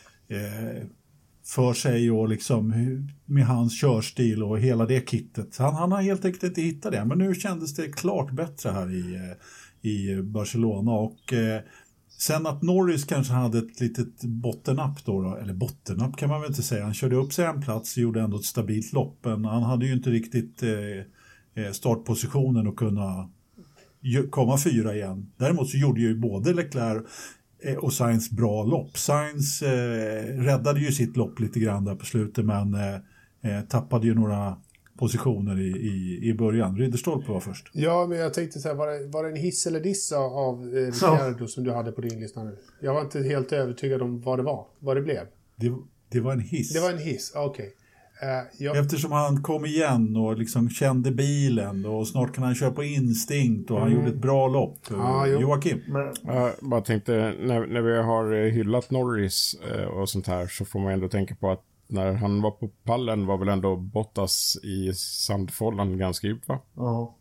för sig och liksom med hans körstil och hela det kittet. Han har helt enkelt inte hittat det. Men nu kändes det klart bättre här i Barcelona och Sen att Norris kanske hade ett litet bottennapp då, eller bottennapp kan man väl inte säga. Han körde upp sig en plats och gjorde ändå ett stabilt lopp, men han hade ju inte riktigt startpositionen att kunna komma 4 igen. Däremot så gjorde ju både Leclerc och Sainz bra lopp. Sainz räddade ju sitt lopp lite grann där på slutet, men tappade ju några positioner i början. Ridderstolpe var först. Ja, men jag tänkte så här, var det en hiss eller diss av Ricciardo som du hade på din lista nu? Jag var inte helt övertygad om vad det blev. Det var en hiss. Det var en hiss, okej. Eftersom han kom igen och liksom kände bilen och snart kan han köra på instinkt och han gjorde ett bra lopp. Joakim. Jag bara tänkte, när vi har hyllat Norris och sånt här, så får man ändå tänka på att när han var på pallen var väl ändå Bottas i sandfållan ganska djupt, va? Ja.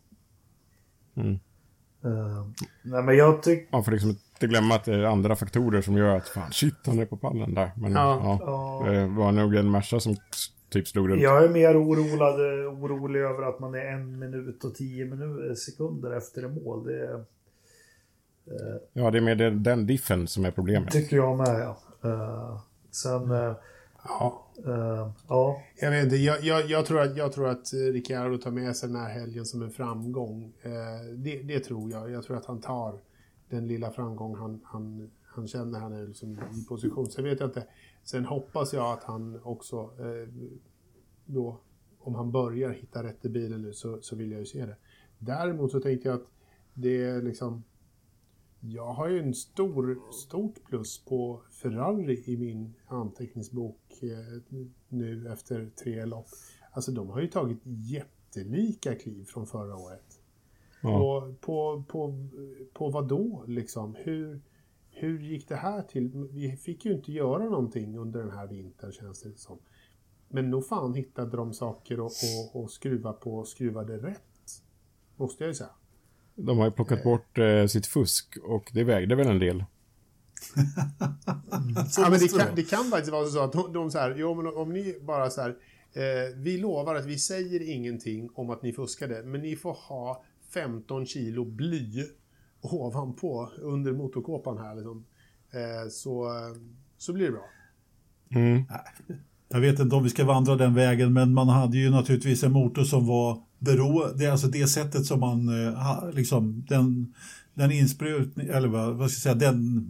Nej, men jag tycker... Man får liksom inte glömma att det är andra faktorer som gör att fan, shit, han är på pallen där. Men det var nog en Merca som typ slog runt. Jag är mer orolig över att man är 1 minut och 10 sekunder efter en mål. Det är... Ja, det är mer den diffen som är problemet. Tycker jag med, ja. Sen... Jag vet inte, jag tror att Ricciardo tar med sig den här helgen som en framgång. Det tror jag. Jag tror att han tar den lilla framgång han känner han är liksom i position. Sen vet jag inte. Sen hoppas jag att han också då, om han börjar hitta rätt i bilen nu, så vill jag ju se det. Däremot så tänkte jag att det är liksom, jag har ju en stort plus på Ferrari i min anteckningsbok nu efter 3 lopp. Alltså de har ju tagit jättelika kliv från förra året. Ja. På vad då liksom? Hur gick det här till? Vi fick ju inte göra någonting under den här vintern, känns det som. Men nog fan hittade de saker och skruvade rätt. Måste jag ju säga. De har ju plockat bort sitt fusk och det vägde väl en del. Ja, men det kan faktiskt vara så att de så här, jo, men om ni bara så här, vi lovar att vi säger ingenting om att ni fuskade, men ni får ha 15 kilo bly ovanpå under motorkåpan här liksom. Så blir det bra. Jag vet inte om vi ska vandra den vägen, men man hade ju naturligtvis en motor som var det är alltså det sättet som man liksom den insprutning, eller vad ska jag säga, den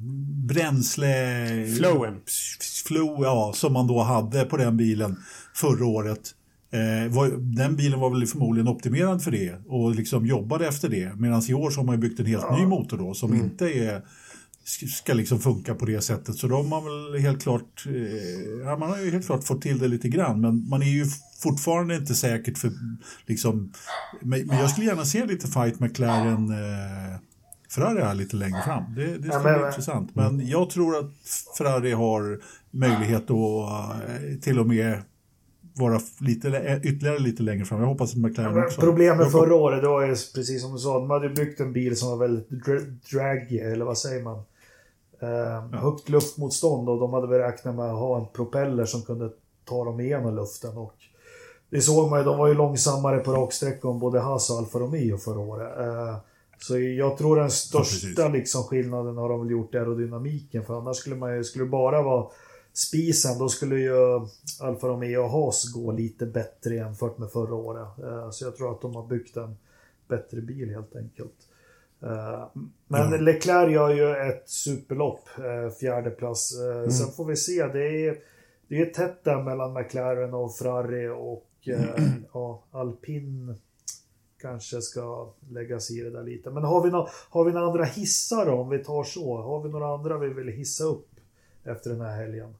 flow, ja, som man då hade på den bilen förra året. Den bilen var väl förmodligen optimerad för det och liksom jobbade efter det, medan i år så har man ju byggt en helt ny motor då som inte ska liksom funka på det sättet, så de har väl helt klart man har ju helt klart fått till det lite grann, men man är ju fortfarande inte säkert för liksom, men jag skulle gärna se lite fight McLaren Ferrari här lite längre fram. Det skulle bli intressant, men jag tror att Ferrari har möjlighet att till och med vara ytterligare lite längre fram. Jag hoppas att McLaren också. Problemet förra året, det var ju precis som du sa, de hade byggt en bil som var väldigt draggy, eller vad säger man? Högt luftmotstånd, och de hade väl räknat med att ha en propeller som kunde ta dem igenom luften, och det såg man ju, de var ju långsammare på raksträckan både Haas och Alfa Romeo förra året. Så jag tror den största liksom skillnaden har de väl gjort aerodynamiken, för annars skulle bara vara spisen, då skulle ju Alfa Romeo och Haas gå lite bättre jämfört med förra året. Så jag tror att de har byggt en bättre bil helt enkelt. Men Leclerc gör ju ett superlopp, 4:e plats. Sen får vi se, det är tätt där mellan McLaren och Ferrari, och Alpine kanske ska lägga sig i det där lite. Men har vi några andra hissar då, om vi tar så? Har vi några andra vi vill hissa upp efter den här helgen?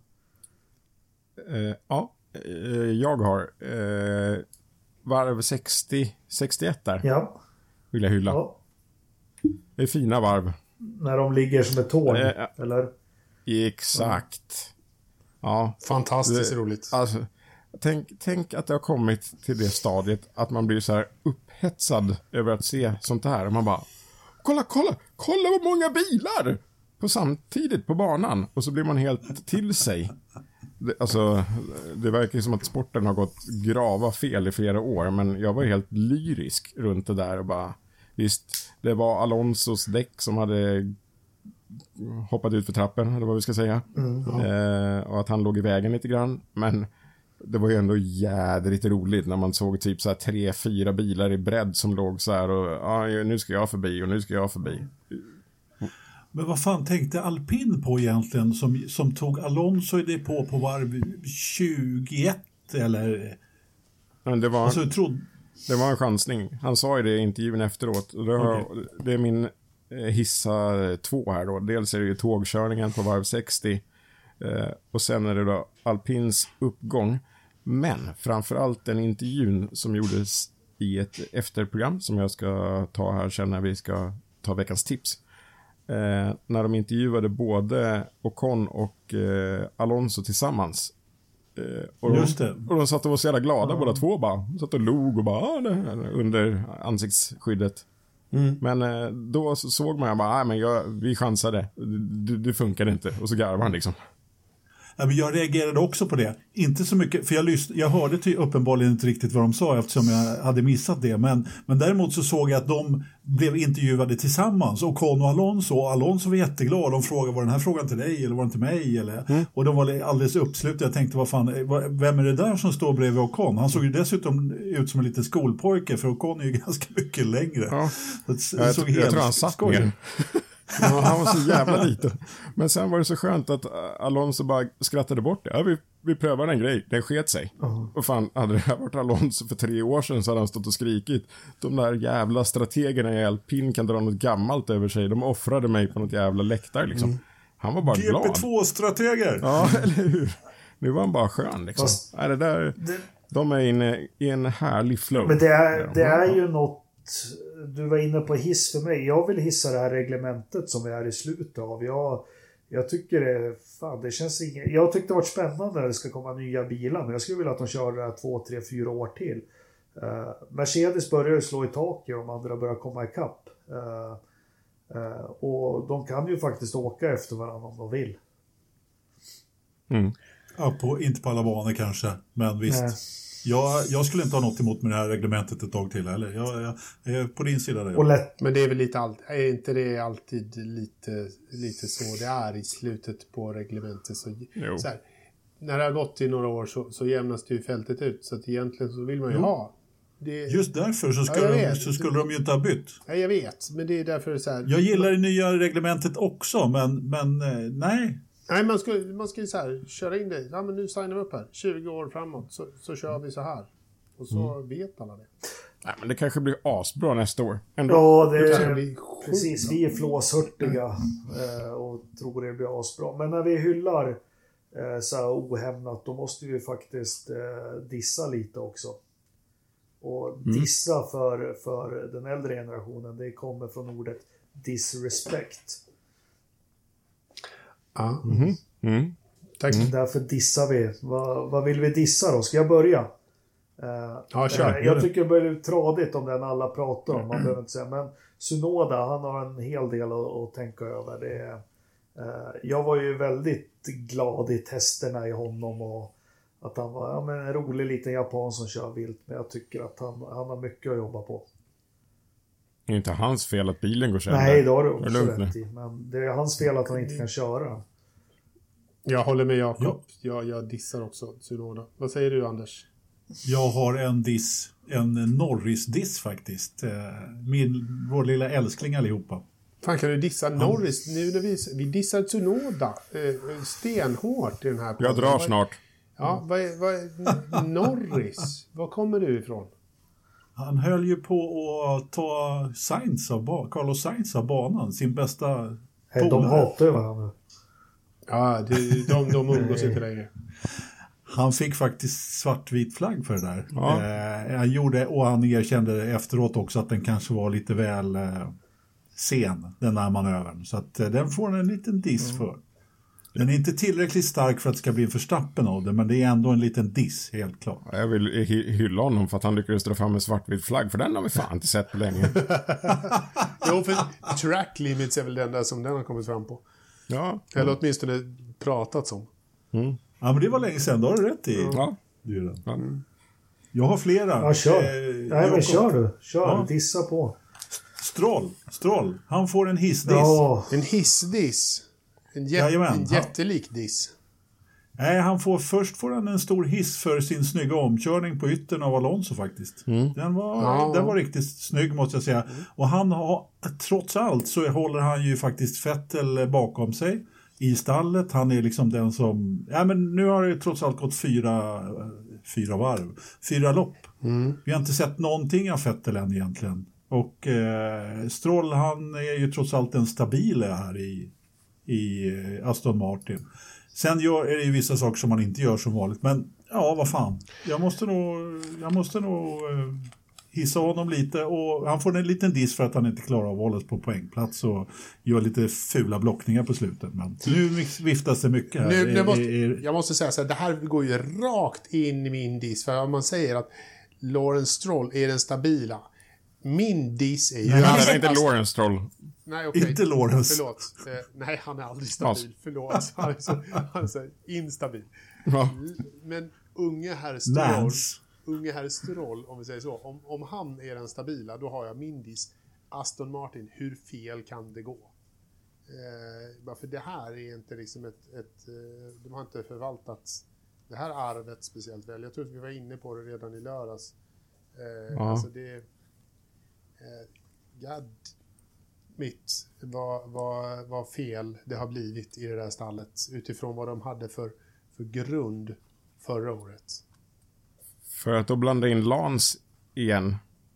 Jag har varv 60-61 där. Ja. Vill jag hylla. Ja. Det är fina varv. När de ligger som ett tåg, eller? Exakt. Ja. Fantastiskt roligt. Alltså, tänk att det har kommit till det stadiet att man blir så här upphetsad över att se sånt här. Och man bara, kolla vad många bilar på samtidigt på banan. Och så blir man helt till sig. Det verkar som att sporten har gått grava fel i flera år, men jag var helt lyrisk runt det där och bara, visst, det var Alonsos däck som hade hoppade ut för trappen, eller vad vi ska säga. Och att han låg i vägen lite grann. Men det var ju ändå jädrigt roligt när man såg typ så här 3-4 bilar i bredd som låg så här och nu ska jag förbi och nu ska jag förbi. Men vad fan tänkte Alpin på egentligen som tog Alonso i det på varv 21 eller? Men det var, alltså, det var en chansning. Han sa ju det i intervjun efteråt. Det är min hissa 2 här då. Dels är det ju tågkörningen på varv 60 och sen är det då Alpins uppgång. Men framförallt den intervjun som gjordes i ett efterprogram som jag ska ta här sen när vi ska ta veckans tips. När de intervjuade både Ocon och Alonso tillsammans. Just det. Och de satt och var så jävla glada båda två bara. De satt och log och bara under ansiktsskyddet. Men då så såg man bara, vi chansade. Det funkade inte. Och så garvade han liksom. Ja, men jag reagerade också på det. Inte så mycket, för jag hörde uppenbarligen inte riktigt vad de sa eftersom jag hade missat det. Men däremot så såg jag att de blev intervjuade tillsammans. Och Ocon och Alonso var jätteglada. De frågade, var den här frågan till dig eller var den till mig? Och de var alldeles uppslutna. Jag tänkte, vem är det där som står bredvid Ocon? Han såg ju dessutom ut som en liten skolpojke, för Ocon är ju ganska mycket längre. Ja. Jag tror han satt ner. Ja, han var så jävla liten. Men sen var det så skönt att Alonso bara skrattade bort det. Ja, vi prövar en grej. Den sket sig. Och fan, hade det här varit Alonso för 3 år sedan så hade han stått och skrikit. De där jävla strategerna i Alpin kan dra något gammalt över sig. De offrade mig på något jävla läktare liksom. Han var bara glad. GP2-strateger! Ja, eller hur? Nu var han bara skön liksom. De är inne i en härlig flow. Men det är ju något. Du var inne på hiss för mig. Jag vill hissa det här reglementet som vi är i slutet av. Jag tycker det känns inget. Jag tyckte det var spännande när det ska komma nya bilar, men jag skulle vilja att de kör det här 2, 3, 4 år till. Mercedes börjar ju slå i taket och de andra börjar komma ikapp. Och de kan ju faktiskt åka efter varandra om de vill. Ja, inte på alla banor kanske, men visst. Nej. Jag skulle inte ha något emot med det här reglementet ett tag till heller. Jag är på din sida där. Men det är väl är inte det alltid lite så det är i slutet på reglementet? Så här, när det har gått i några år så jämnas det ju fältet ut. Så att egentligen så vill man ju ha. Just därför så skulle de ju inte ha bytt. Ja, jag vet. Men det är därför så här. Jag gillar det nya reglementet också, men nej. Nej, man ska ju så här, köra in det. Ja, men nu signar vi upp här. 20 år framåt så kör vi så här. Och så vet alla det. Nej, men det kanske blir asbra nästa år. Ändå. Ja, det blir precis. Vi är flåshurtiga och tror det blir asbra. Men när vi hyllar så här ohämnat, då måste vi faktiskt dissa lite också. Och dissa för den äldre generationen, det kommer från ordet disrespect. Ja. Tack. Därför dissar vi. Vad vill vi dissa då? Ska jag börja? Ja, kör. Jag tycker det blir tradigt om den alla pratar om. Man behöver inte säga. Men Tsunoda, han har en hel del att tänka över. Jag var ju väldigt glad i testerna i honom och att han var en rolig liten japan som kör vilt. Men jag tycker att han har mycket att jobba på. Det är inte hans fel att bilen går sönder. Nej, det har du också rätt i. Men det är hans fel att han inte kan köra. Jag håller med Jakob. Jag dissar också Tsunoda. Vad säger du, Anders? Jag har en Norris-diss faktiskt. Vår lilla älskling allihopa. Fan, kan du dissa Norris? Nu när vi dissar Tsunoda stenhårt i den här podden. Jag drar snart. Ja, vad är Norris? Var kommer du ifrån? Han höll ju på att ta Carlos Sainz av banan. Sin bästa polare. De hatar ju varandra. Ja, de umgås inte längre. Han fick faktiskt svartvit flagg för det där. Ja. Han gjorde, och han erkände efteråt också att den kanske var lite väl sen, den här manövern. Så att den får en liten diss för. Den är inte tillräckligt stark för att det ska bli en Verstappen av det, men det är ändå en liten diss, helt klart. Jag vill hylla honom för att han lyckades dra fram en svartvit flagg, för den har vi fan inte sett på länge. Jo, för track limits är väl den där som den har kommit fram på. Ja. Eller åtminstone pratats om. Ja, men det var länge sedan, då har du rätt i. Ja. Jag har flera. Ja, kör. Nej, men kör du. Kör, dissa på. Stroll. Han får en hissdiss. Ja. En hissdiss. En jättelik diss. Nej, först får han en stor hiss för sin snygga omkörning på yttern av Alonso faktiskt. Den var riktigt snygg måste jag säga. Och han har, trots allt så håller han ju faktiskt Vettel bakom sig i stallet. Han är liksom den som, men nu har det trots allt gått 4 lopp. Vi har inte sett någonting av Vettel än egentligen. Och Stroll, han är ju trots allt den stabila här i Aston Martin. Sen är det ju vissa saker som man inte gör som vanligt. Men ja, vad fan. Jag måste nog hissa honom lite. Och han får en liten diss för att han inte klarar av hållet på poängplats. Och gör lite fula blockningar på slutet. Men nu viftas det mycket här. Jag måste säga så här, det här går ju rakt in i min diss. För om man säger att Lawrence Stroll är den stabila. Min diss är ju... Nej, det är inte Lawrence Stroll. Nej, okej. Inte Lawrence. Förlåt. Nej, han är aldrig stabil. Förlåt. Han är så instabil. Ja. Men unge herr Stroll, om vi säger så. Om han är den stabila, då har jag min diss. Aston Martin, hur fel kan det gå? För det här är inte liksom de har inte förvaltat det här arvet speciellt väl. Jag tror att vi var inne på det redan i lördags. Alltså det... vad fel det har blivit i det där stallet utifrån vad de hade för grund förra året. För att då blanda in Lance igen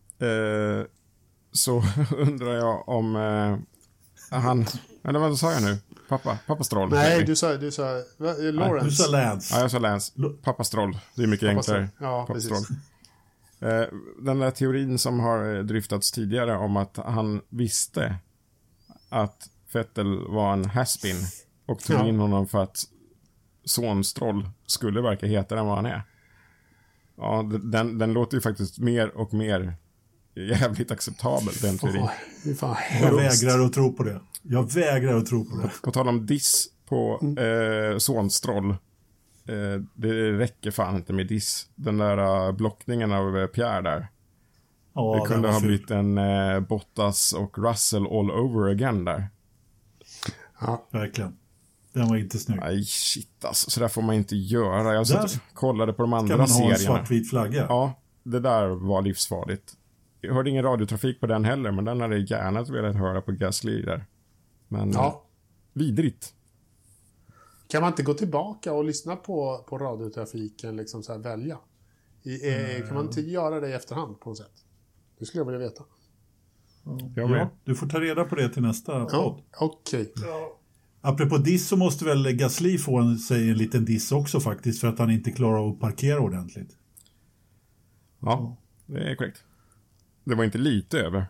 så undrar jag om han, eller vad sa jag nu? Pappa Stroll. Nej, du sa Lawrence. Du sa Lance. Ja, jag sa Lance. Pappa Stroll. Det är mycket enklare. Ja, Pappa precis. Stroll. Den där teorin som har dryftats tidigare om att han visste att Vettel var en has-been och tog in honom för att son Stroll skulle verka hetare än vad han är. Ja, den låter ju faktiskt mer och mer jävligt acceptabel, den teorin. Jag vägrar att tro på det. På tal om diss på son Stroll. Det räcker fan inte med diss. Den där blockningen av Pierre där. Ja, det kunde ha blivit en Bottas och Russell all over again där. Ja, verkligen. Den var inte snygg. Nej, shit alltså. Så där får man inte göra. Jag kollade på de andra serierna. Ska man ha en svartvit flagga? Ja, det där var livsfarligt. Jag hörde ingen radiotrafik på den heller, men den hade jag gärna velat höra på Gasly där. Men vidrigt. Kan man inte gå tillbaka och lyssna på radiotrafiken, liksom så här välja? Kan man inte göra det i efterhand på något sätt? Det skulle jag vilja veta. Ja, du får ta reda på det till nästa podd. Okej. Ja. Apropå diss så måste väl Gasly få sig en liten diss också faktiskt, för att han inte klarar av att parkera ordentligt. Ja, det är korrekt. Det var inte lite över.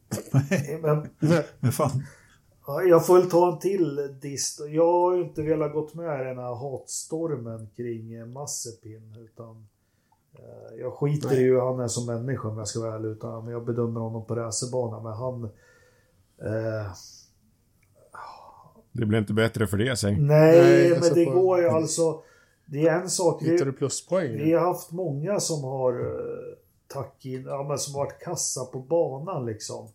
Men fan. Ja, jag får väl ta en till diss. Jag har ju inte velat gått med den här hatstormen kring Mazepin, utan jag skiter i hur han är som människa om jag ska vara ärlig, utan jag bedömer honom på racerbanan, men han det blir inte bättre för det, säg. Nej, men det går ju alltså. Det är en sak. Hittar du pluspoäng? Vi har haft många som har som har varit kassa på banan liksom.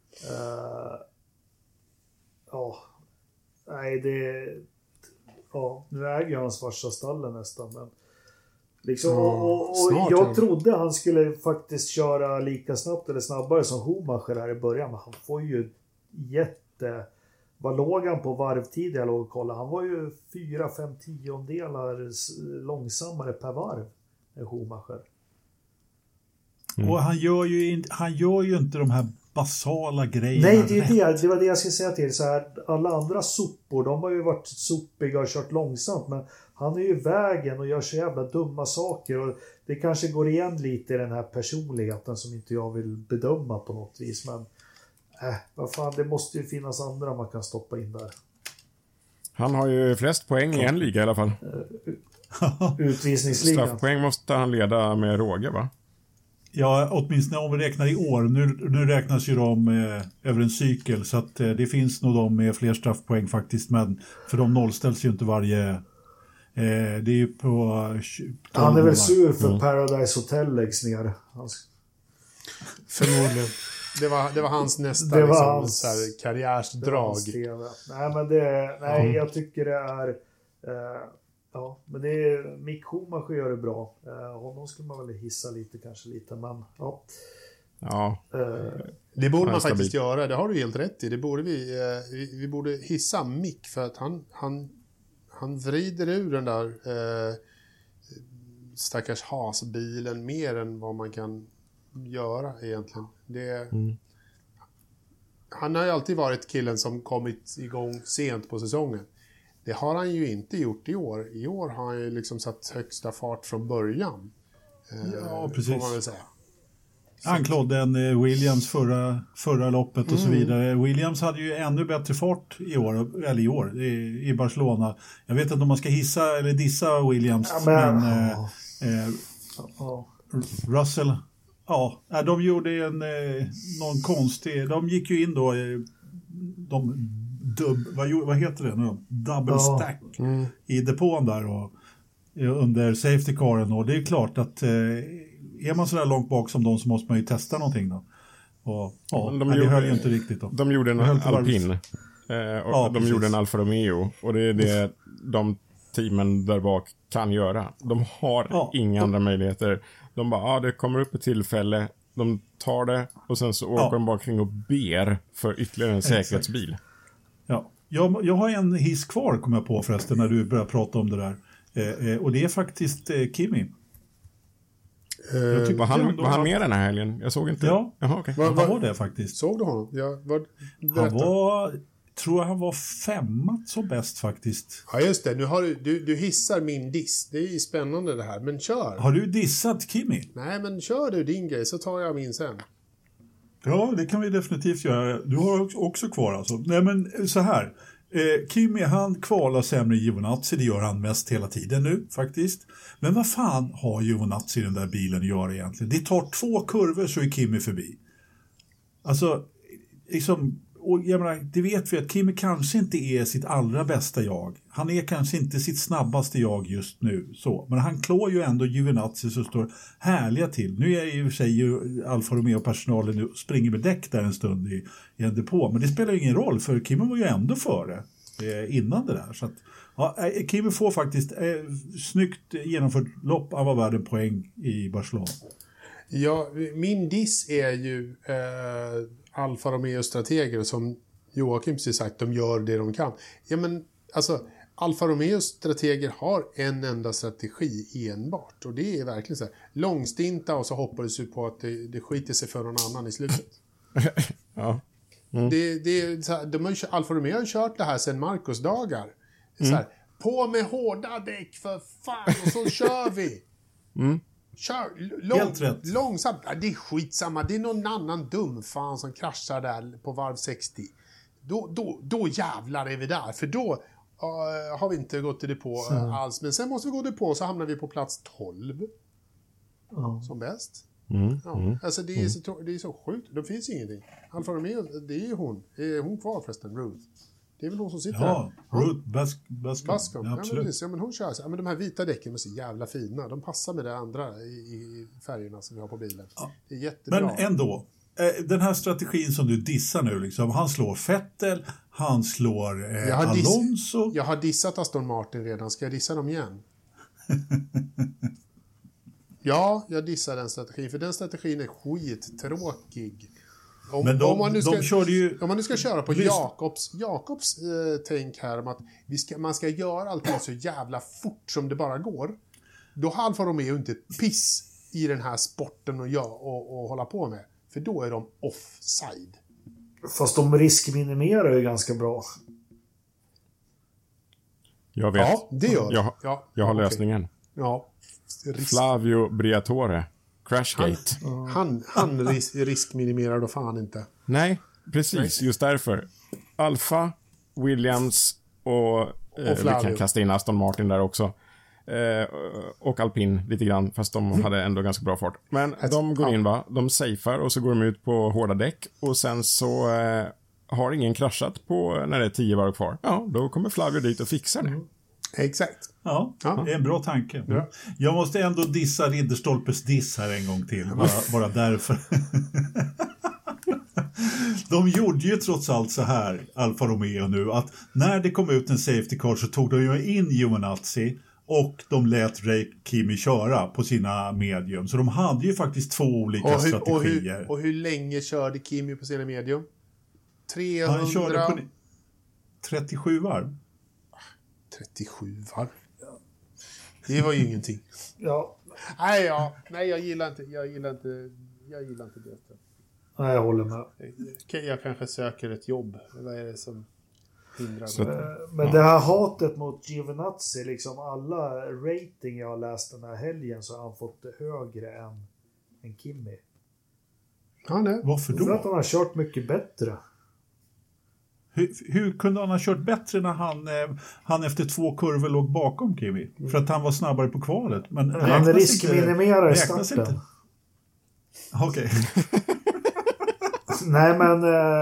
Nu äger jag hans farsa stallen nästan, men liksom, och jag trodde han skulle faktiskt köra lika snabbt eller snabbare som Schumacher här i början, men han får ju vad låg han på varvtid? Jag låg och kollade. Han var ju 4-5 tiondelar långsammare per varv än Schumacher. Och han gör ju inte de här basala grejerna. Nej, det var det jag skulle säga till. Så här, alla andra sopor, de har ju varit sopiga och kört långsamt, men han är ju i vägen och gör så jävla dumma saker, och det kanske går igen lite i den här personligheten som inte jag vill bedöma på något vis, men vad fan, det måste ju finnas andra man kan stoppa in där. Han har ju flest poäng i en liga i alla fall. Utvisningsligan. Straffpoäng måste han leda med råge, va? Ja, åtminstone om vi räknar i år. Nu räknas ju de över en cykel, så att det finns nog de med fler straffpoäng faktiskt, men för de nollställs ju inte varje... det är ju på... Han är väl sur för Paradise Hotel läggs ner. Förmodligen. Det var hans nästa liksom, så här, karriärsdrag. Nej, men jag tycker det är... ja, men det är... Mick Schumacher gör det bra. Honom skulle man väl hissa lite, men ja. Ja. Det borde man faktiskt göra, det har du helt rätt i. Det borde vi borde hissa Mick för att han vrider ur den där stackars hasbilen mer än vad man kan göra egentligen. Han har ju alltid varit killen som kommit igång sent på säsongen. Det har han ju inte gjort i år. I år har han ju liksom satt högsta fart från början. Ja, precis. Får man väl säga. Han klodde en Williams förra loppet och så vidare. Williams hade ju ännu bättre fart i år i Barcelona. Jag vet inte om man ska hissa eller dissa Williams, Russell, ja, de gjorde någon konstig, de gick ju in då, vad heter det nu? Double stack i depån där och under safety caren, och det är klart att är man så där långt bak som de så måste man ju testa någonting då. Och det höll ju inte riktigt då. De gjorde en alpin och de gjorde en Alfa Romeo, och det är det de teamen där bak kan göra. De har inga andra möjligheter. De bara, det kommer upp ett tillfälle, de tar det och sen så åker de bara kring och ber för ytterligare en säkerhetsbil. Ja. Jag har en hiss kvar, kom jag på förresten när du börjar prata om det där. Och det är faktiskt Kimi. Var han med den här helgen? Jag såg inte. Ja, jaha, okay. Han var det faktiskt. Såg du honom? Tror han var 5 som bäst faktiskt. Ja, just det. Nu har du hissar min diss. Det är ju spännande det här. Men kör. Har du dissat Kimi? Nej, men kör du din grej så tar jag min sen. Ja, det kan vi definitivt göra. Du har också kvar alltså. Nej, men så här. Kimi, han kvalar sämre än Giovinazzi. Det gör han mest hela tiden nu faktiskt. Men vad fan har Giovinazzi i den där bilen att göra egentligen? Det tar 2 kurvor så är Kimi förbi. Alltså, liksom, och jag menar, det vet vi att Kimi kanske inte är sitt allra bästa jag. Han är kanske inte sitt snabbaste jag just nu. Så. Men han klår ju ändå Giovinazzi så står härliga till. Nu är ju i och för sig Alfa Romeo-personalen nu springer med däck där en stund i en depå. Men det spelar ju ingen roll för Kimi var ju ändå före innan det där. Så att, Kimi får faktiskt snyggt genomfört lopp. Han var värd en poäng i Barcelona. Ja, min diss är ju Alfa Romeo-strateger som Joakim precis sagt, de gör det de kan. Ja, men alltså Alfa Romeo-strateger har en enda strategi enbart, och det är verkligen så här långstinta och så hoppades du på att det skiter sig för någon annan i slutet. Ja. Det är så här, Alfa Romeo har kört det här sedan Marcos dagar. Så här, på med hårda däck för fan, och så kör vi. Kör långsamt. Ja, det är skitsamma. Det är någon annan dum fan som kraschar där på varv 60. Då jävlar är vi där. För då har vi inte gått till depå alls. Men sen måste vi gå depå, så hamnar vi på plats 12. Som bäst. Alltså det är så sjukt. Det finns ingenting. Alfa Romeo, det är ju hon. Är hon kvar förresten, Ruth? Det är väl hon som sitter där. Ruth Bascom. Ja, absolut. Men hon kör så. Ja, men de här vita däcken är så jävla fina. De passar med det andra i färgerna som vi har på bilen. Ja. Det är jättebra. Men ändå, den här strategin som du dissar nu, liksom, han slår Vettel, han slår Alonso. Jag har dissat Aston Martin redan. Ska jag dissa dem igen? Ja, jag dissar den strategin. För den strategin är skittråkig. Om man nu ska köra på Jakobs tänk här om att man ska göra allting så jävla fort som det bara går, då har Alfa Romeo inte piss i den här sporten och hålla på med, för då är de offside. Fast de riskminimerar ju ganska bra. Jag vet. Ja, det gör jag har lösningen. Ja. Flavio Briatore. Crashgate. Han riskminimerar då fan inte. Nej, precis. Just därför. Alfa, Williams och vi kan kasta in Aston Martin där också. Och Alpin lite grann, fast de hade ändå ganska bra fart. Men de går in, de safear och så går de ut på hårda däck. Och sen så har ingen kraschat på när det är 10 varv kvar. Ja, då kommer Flavio dit och fixar det. Exakt. Ja, det är en bra tanke. Ja. Jag måste ändå dissa Ridderstolpes diss här en gång till. Bara därför. De gjorde ju trots allt så här, Alfa Romeo nu, att när det kom ut en safety car så tog de ju in Giovinazzi och de lät Ray Kimi köra på sina medium. Så de hade ju faktiskt två olika strategier. Och hur länge körde Kimi på sina medium? 300... Han körde på 37 varv. 37 varv? Det var ju ingenting. Ja. Nej, jag gillar inte det. Nej, jag håller med. Jag kanske söker ett jobb. Vad är det som hindrar mig? Men det här hatet mot Giovinazzi, liksom alla rating jag har läst den här helgen så har han fått högre än Kimi. Ja, nej. Varför då? För att han har kört mycket bättre. Hur kunde han ha kört bättre när han efter 2 kurvor låg bakom Kimi? För att han var snabbare på kvalet. Men han riskminimerar i starten. Okej. Nej, men...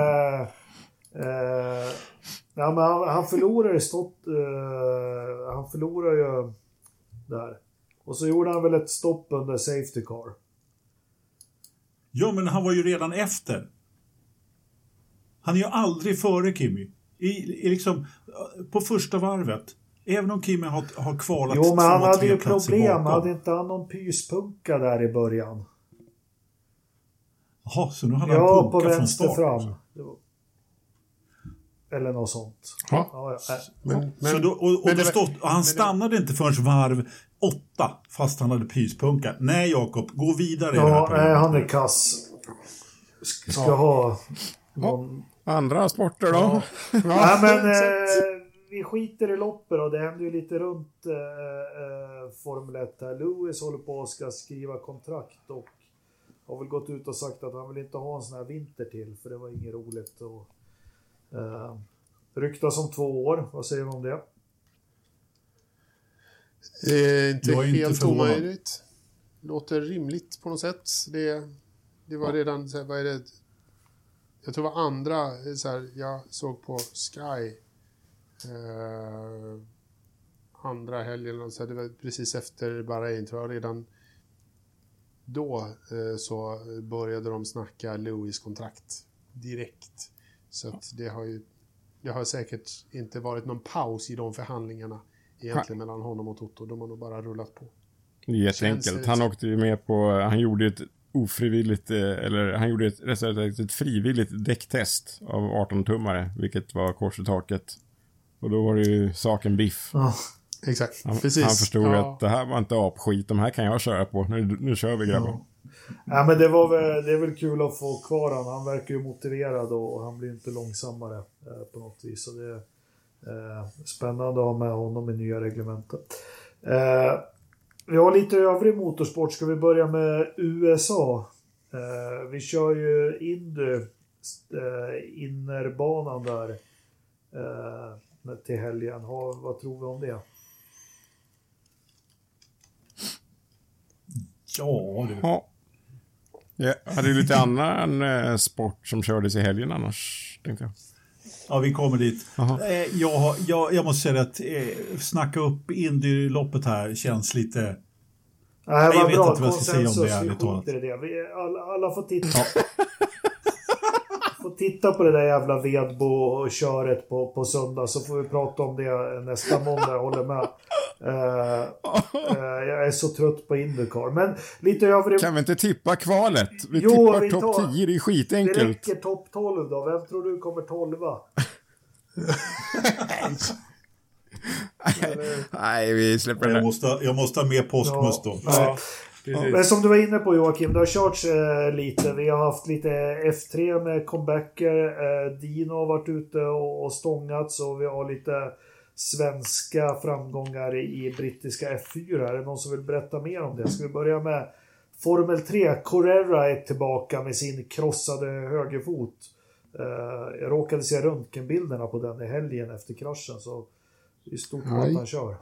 ja, men han förlorar ju han förlorar ju där. Och så gjorde han väl ett stopp under safety car. Ja, men han var ju redan efter. Han är ju aldrig före Kimi. Liksom, på första varvet. Även om Kimi har kvalat. Jo, men han hade ju problem. Hade inte han någon pyspunka där i början? Jaha, så nu hade han punka från start. Fram. Eller något sånt. Ja. Han stannade inte förrän varv 8 fast han hade pyspunka. Nej, Jakob, gå vidare. Ja, han är kass. Ska ha någon... Andra sporter då? Ja. Nej, men vi skiter i loppet och det händer ju lite runt Formel 1 här. Lewis håller på att ska skriva kontrakt och har väl gått ut och sagt att han vill inte ha en sån här vinter till för det var inget roligt och ryktas om 2 år. Vad säger du om det? Inte helt omöjligt. Låter rimligt på något sätt. Det var redan så här, vad är det? Jag tror det var andra så här, jag såg på Sky andra helgen så här, det var precis efter Bahrain tror jag redan då så började de snacka Lewis kontrakt direkt. Så att det har säkert inte varit någon paus i de förhandlingarna egentligen mellan honom och Toto. De har nog bara rullat på. Jätteenkelt. Han åkte ju med på, han gjorde ett ofrivilligt, eller han gjorde ett frivilligt däcktest av 18-tummare, vilket var kors i taket. Och då var det ju saken biff. Exakt, precis. Han förstod att det här var inte apskit, de här kan jag köra på. Nu kör vi, grabbar. Ja, men det är väl kul att få kvar han. Han verkar ju motiverad och han blir inte långsammare på något vis. Så det är spännande att ha med honom i nya reglementet. Vi har lite övrig motorsport. Ska vi börja med USA? Vi kör ju innerbanan där till helgen. Vad tror vi om det? Ja, hade ju lite annan sport som kördes i helgen annars, tänkte jag. Ja, vi kommer dit. Jag måste säga att snacka upp Indy-loppet här känns lite... jag vet inte vad jag ska säga om det ärligt talat. Alla får titta. Får titta på det där jävla Vedbo-köret på söndag så får vi prata om det nästa måndag. Jag håller med. Jag är så trött på IndyCar. Men lite övrig... Kan vi inte tippa kvalet? Vi tippar topp 10, det är skitenkelt. Det räcker topp 12 då. Vem tror du kommer 12? Nej, vi släpper det. Jag måste ha med påskmust då. Ja. Men som du var inne på, Joakim, det har körts lite. Vi har haft lite F3 med comebacker. Dino har varit ute och stångat, så vi har lite svenska framgångar i brittiska F4. Är det någon som vill berätta mer om det? Ska vi börja med Formel 3? Correra är tillbaka med sin krossade högerfot. Jag råkade se röntgenbilderna på den i helgen efter kraschen, så det är stort att han kör.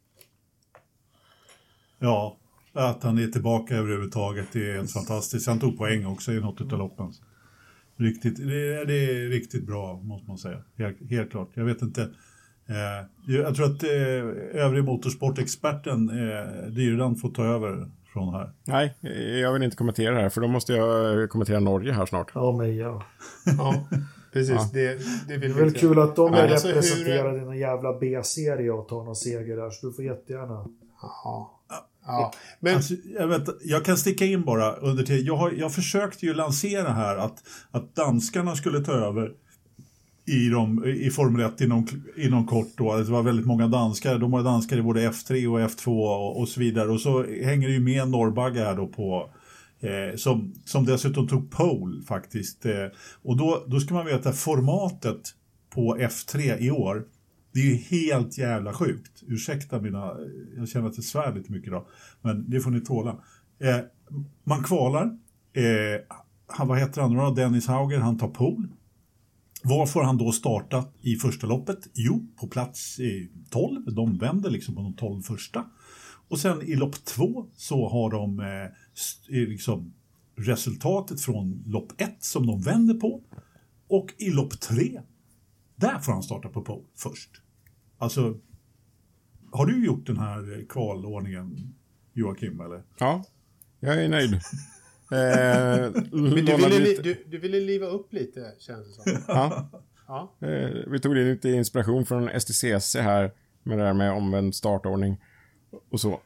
Ja, att han är tillbaka överhuvudtaget, det är helt fantastiskt. Han tog poäng också i något utav loppen. Det är riktigt bra, måste man säga. Helt klart. Jag vet inte. Jag tror att övrig motorsportexperten Dyrdan får ta över från här. Nej, jag vill inte kommentera det här, för då måste jag kommentera Norge här snart. Ja, men ja. Ja, precis. Ja. Det vill Det är väl kul att de är alltså, representerade i någon jävla B-serie och tar någon seger där, så du får jättegärna. Ja. Men Alltså, jag kan sticka in bara under till. Jag försökte ju lansera här att danskarna skulle ta över i Formel 1 inom kort då. Det var väldigt många danskar. De var danskar i både F3 och F2 och så vidare. Och så hänger det ju med Norrbagge här då på som dessutom tog pole faktiskt. Och då ska man veta formatet på F3 i år. Det är ju helt jävla sjukt. Ursäkta jag känner att det svär lite mycket då. Men det får ni tåla. Man kvalar. Vad heter han då? Dennis Hauger, han tar pole. Var får han då starta i första loppet? Jo, på plats 12. De vänder liksom på de 12 första. Och sen i lopp 2 så har de liksom resultatet från lopp 1 som de vänder på. Och i lopp 3, där får han starta på pole först. Alltså, har du gjort den här kvalordningen, Joakim, eller? Ja, jag är nöjd. Men du ville liva upp lite, känns det som. Ja. Vi tog lite inspiration från STCC här med det här med omvänd startordning och så.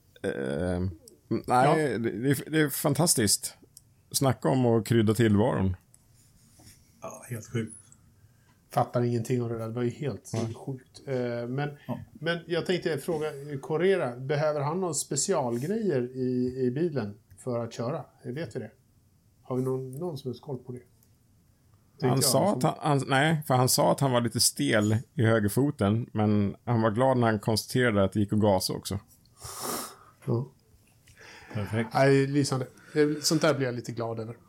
Nej, det är fantastiskt. Snacka om att krydda tillvaron. Ja, helt sjukt. Fattar ingenting av det där. Det var ju helt sjukt. Men jag tänkte fråga Correa. Behöver han någon specialgrejer i bilen för att köra? Vet vi det? Har vi någon som har koll på det? Han sa att han var lite stel i högerfoten, men han var glad när han konstaterade att det gick att gasa också. Ja. Perfekt. Nej, lysande. Sånt där blir jag lite glad över.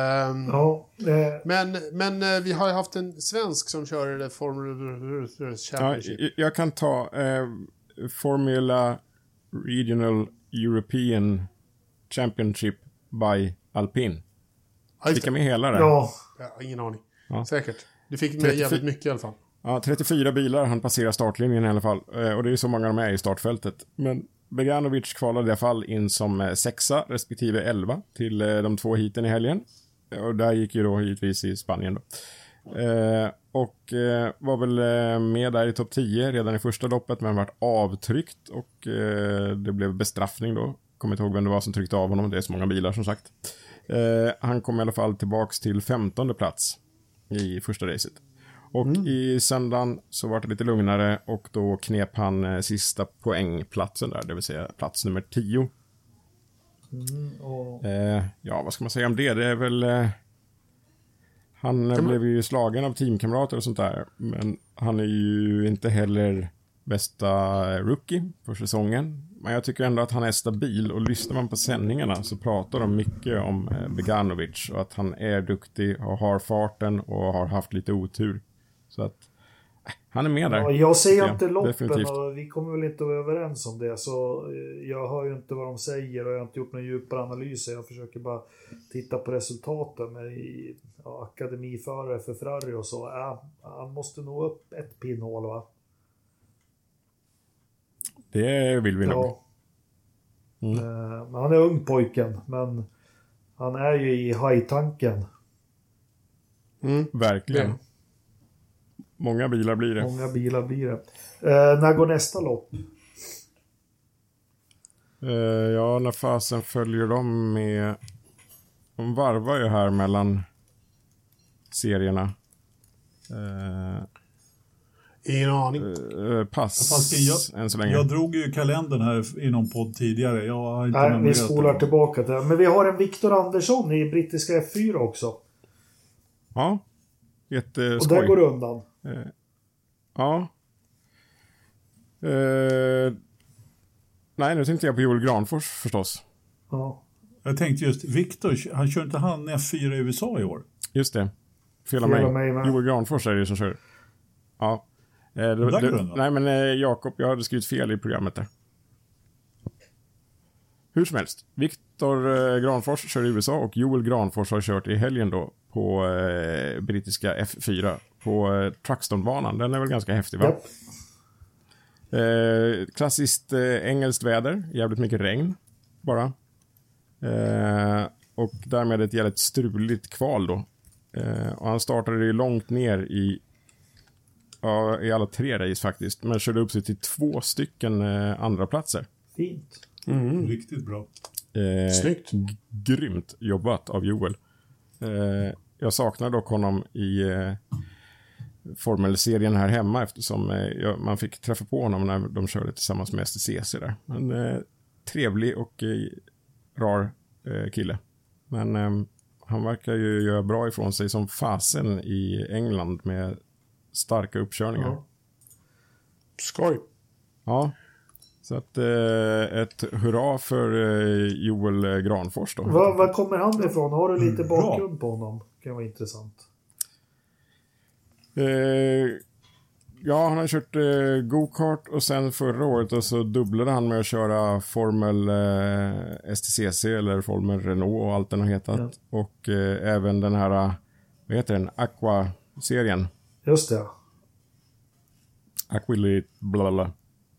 Men vi har ju haft en svensk som kör det Formula Championship. Ja, jag kan ta Formula Regional European Championship by Alpine. Fick jag med hela det? Ja. Jag har ingen aning. Ja. Säkert. Du fick med jävligt mycket i alla fall. Ja, 34 bilar han passerar startlinjen i alla fall. Och det är så många de är i startfältet. Men Beganovic kvalade i alla fall in som 6:a respektive 11 till de 2 heaten i helgen. Och där gick ju då givetvis i Spanien då. Och var väl med där i topp 10 redan i första loppet, men vart avtryckt och det blev bestraffning då. Kommer inte ihåg vem det var som tryckte av honom, det är så många bilar som sagt. Han kom i alla fall tillbaks till 15:e plats i första racet. Och i söndagen så var det lite lugnare och då knep han sista poängplatsen där, det vill säga plats nummer 10. Ja, vad ska man säga om det? Det är väl... han blev ju slagen av teamkamrater och sånt där, men han är ju inte heller bästa rookie för säsongen. Men jag tycker ändå att han är stabil, och lyssnar man på sändningarna så pratar de mycket om Beganovic och att han är duktig och har farten och har haft lite otur. Så att han är med där. Ja, jag ser inte loppen definitivt. Och vi kommer väl inte vara överens om det, så jag hör ju inte vad de säger och jag har inte gjort någon djupare analys. Jag försöker bara titta på resultaten med akademiförare för Ferrari och så. Han måste nå upp ett pinnhål, va? Det vill vi nog. Men han är ung pojken, men han är ju i hajtanken. Verkligen. Ja. Många bilar blir det. Många bilar blir det. När går nästa lopp? Ja, när fasen följer de med... De varvar ju här mellan serierna. Ingen aning. Pass än så länge. Jag drog ju kalendern här i någon podd tidigare. Jag har inte Vi spolar tillbaka till det. Men vi har en Victor Andersson i brittiska F4 också. Ja, jätteskoj. Och där går det undan. Ja. Nej, nu tänkte jag på Joel Granfors förstås. Ja. Jag tänkte just, Victor, han kör inte han F4 i USA i år? Just det. Fel av mig. Joel Granfors är det som kör. Ja. Nej, men Jakob, jag hade skrivit fel i programmet där. Hur som helst. Victor Granfors kör i USA och Joel Granfors har kört i helgen då på brittiska F4 på Truxton-banan. Den är väl ganska häftig, va? Yep. Klassiskt engelskt väder. Jävligt mycket regn bara. Och därmed ett jävligt struligt kval då. Och han startade ju långt ner i alla 3 race faktiskt. Men körde upp sig till 2 stycken andra platser. Fint. Riktigt bra. Snyggt. Grymt jobbat av Joel. Jag saknar dock honom i Formel-serien här hemma eftersom man fick träffa på honom när de körde tillsammans med STCC där. En trevlig och rar kille. Men han verkar ju göra bra ifrån sig som fasen i England med starka uppkörningar. Ja. Skoj. Ja. Så att ett hurra för Joel Granfors då. Var kommer han ifrån? Har du lite bakgrund på honom? Det kan vara intressant. Ja, han har kört go-kart och sen förra året och så dubblade han med att köra Formel STCC eller Formel Renault och allt den har hetat. Ja. Och även den här, vad heter den? Aqua-serien. Just det. Aquility, blablabla.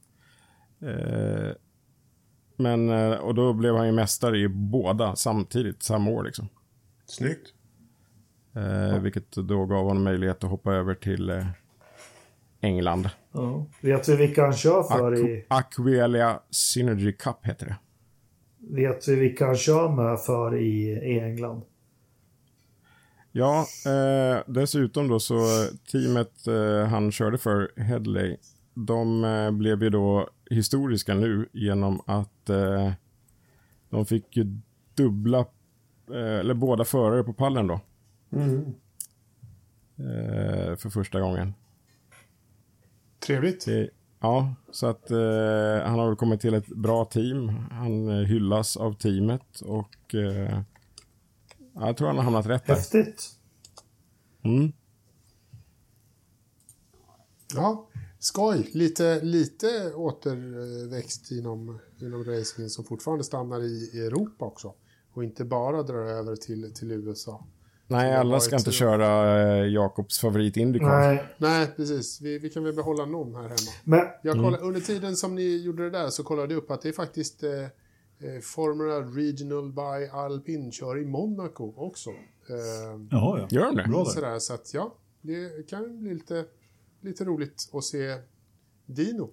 Men, och då blev han ju mästare i båda samtidigt, samma år liksom. Snyggt. Vilket då gav honom möjlighet att hoppa över till England. Ja. Vet vi vilka han kör för i... Aquilia Synergy Cup heter det. Vet vi vilka han kör med för i England? Ja, dessutom då så teamet han körde för, Headley, de blev ju då historiska nu genom att de fick ju dubbla, eller båda förare på pallen då. För första gången. Trevligt. Ja, så att han har väl kommit till ett bra team. Han hyllas av teamet och jag tror han har hamnat rätt där. Häftigt. Ja, skoj. Lite återväxt inom racingen som fortfarande stannar i Europa också. Och inte bara drar över till USA. Nej, alla ska inte köra Jakobs favorit Indycar. Nej, precis. Vi kan väl behålla någon här hemma. Men, jag kollade, under tiden som ni gjorde det där så kollade jag upp att det är faktiskt Formula Regional by Alpine kör i Monaco också. Jaha, ja. Gör de det? Bra sådär, så att ja, det kan bli lite roligt att se Dino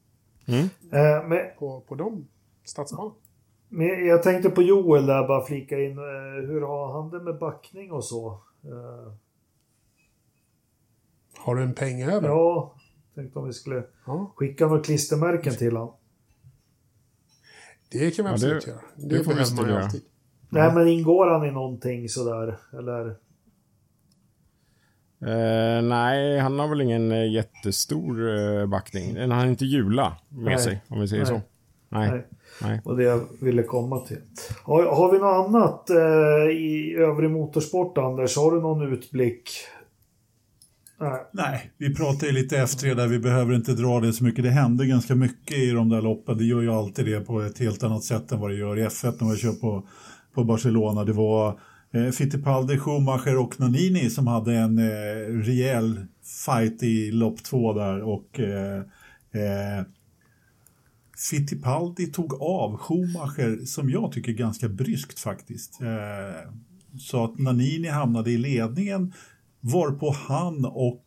på de stadsbanorna. Men jag tänkte på Joel där, bara flika in. Hur har han det med backning och så? Har du en peng över? Ja, tänkte om vi skulle skicka några klistermärken till han. Det kan vi absolut göra. Det får behöver man ju alltid. Nej, men ingår han i någonting sådär? Eller? Nej, han har väl ingen jättestor backning. Han har inte Jula med sig, om vi säger så. Nej. Och det jag ville komma till. Har vi något annat i övrig motorsport, Anders? Har du någon utblick? Nej, vi pratar ju lite efter där. Vi behöver inte dra det så mycket. Det händer ganska mycket i de där loppen. Det gör ju alltid det på ett helt annat sätt än vad det gör i F1 när vi kör på Barcelona. Det var Fittipaldi, Schumacher och Nannini som hade en rejäl fight i lopp 2 där. Och Fittipaldi tog av Schumacher som jag tycker ganska bryskt faktiskt. Så att Nannini hamnade i ledningen, varpå han och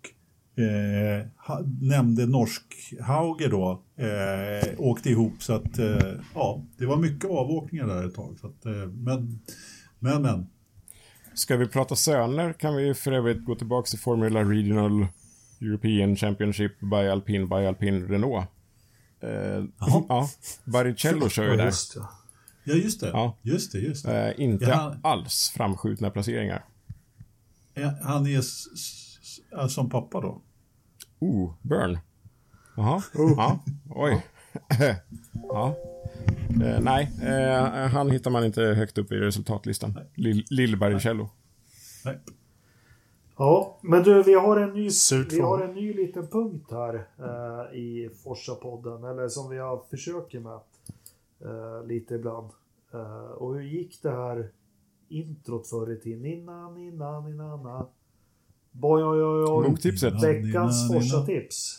nämnde norsk Hauger då åkte ihop, så att det var mycket avåkningar där ett tag, så att, men Ska vi prata söner kan vi för övrigt gå tillbaka till Formula Regional European Championship by Alpine Renault. Ja, Barrichello kör ju där. Ja, just det. Ja. Just det. Inte alls framskjutna placeringar. Han är som pappa då. Burn. Jaha. Ja, oj. Ja. Nej, han hittar man inte högt upp i resultatlistan. Lill Barrichello. Nej. Ja, men du, vi har en ny liten punkt här i Forsa-podden, eller som vi har försökt med lite ibland. Och hur gick det här introt förr i tiden? Innan. Boktipset. Veckans Forsa-tips.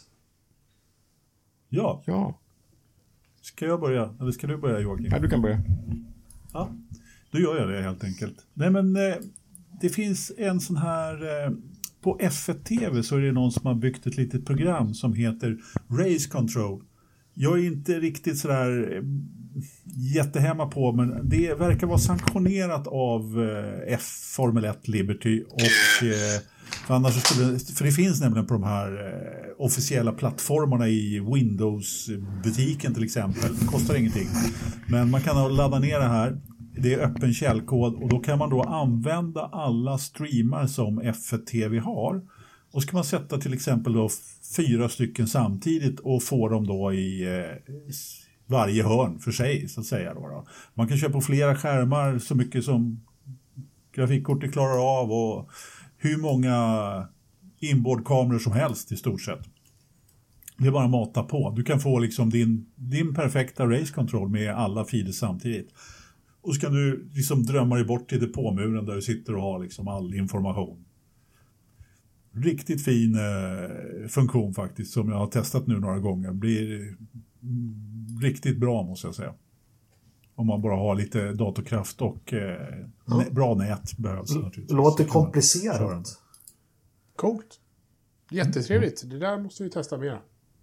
Ja. Ska jag börja? Eller ska du börja, Joakim? Ja, du kan börja. Ja. Då gör jag det helt enkelt. Nej, men det finns en sån här... På F1 TV så är det någon som har byggt ett litet program som heter Race Control. Jag är inte riktigt sådär jättehemma på, men det verkar vara sanktionerat av Formel 1 Liberty och för annars för det finns nämligen på de här officiella plattformarna i Windows-butiken till exempel. Det kostar ingenting. Men man kan ladda ner det här. Det är öppen källkod och då kan man då använda alla streamar som F1 TV har. Och så kan man sätta till exempel då 4 stycken samtidigt och få dem då i varje hörn för sig så att säga. Då. Man kan köpa flera skärmar så mycket som grafikkortet klarar av och hur många inboardkameror som helst i stort sett. Det är bara att mata på. Du kan få liksom din perfekta race control med alla feeder samtidigt. Och så kan du liksom drömma dig bort till depåmuren där du sitter och har liksom all information. Riktigt fin funktion faktiskt som jag har testat nu några gånger. Blir riktigt bra måste jag säga. Om man bara har lite datorkraft och bra nät behövs naturligtvis. Det låter komplicerat. Coolt. Jättetrevligt. Det där måste vi testa mer.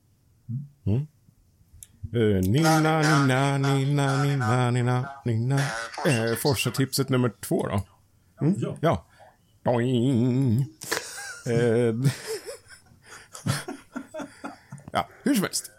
Nina. Forsa-tipset nummer 2 då. Ja. Doing. Ja, hur som helst.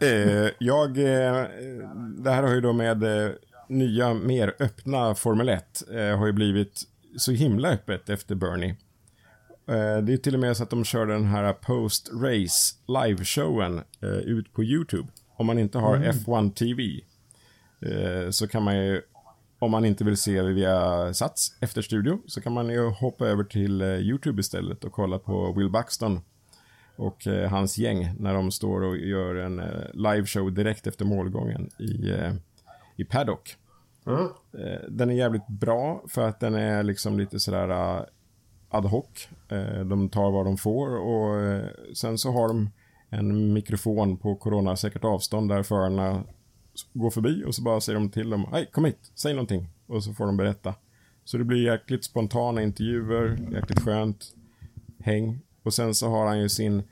Det här har ju då med nya, mer öppna Formel 1 har ju blivit så himla öppet efter Bernie. Det är till och med så att de kör den här post-race live-showen ut på YouTube. Om man inte har F1 TV så kan man ju, om man inte vill se via Sats efter studio, så kan man ju hoppa över till YouTube istället och kolla på Will Buxton och hans gäng när de står och gör en liveshow direkt efter målgången i paddock. Den är jävligt bra för att den är liksom lite sådär ad hoc. De tar vad de får och sen så har de en mikrofon på coronasäkert avstånd där förarna går förbi och så bara säger de till dem: hej, kom hit, säg någonting. Och så får de berätta. Så det blir jäkligt spontana intervjuer, jäkligt skönt häng. Och sen så har han ju sin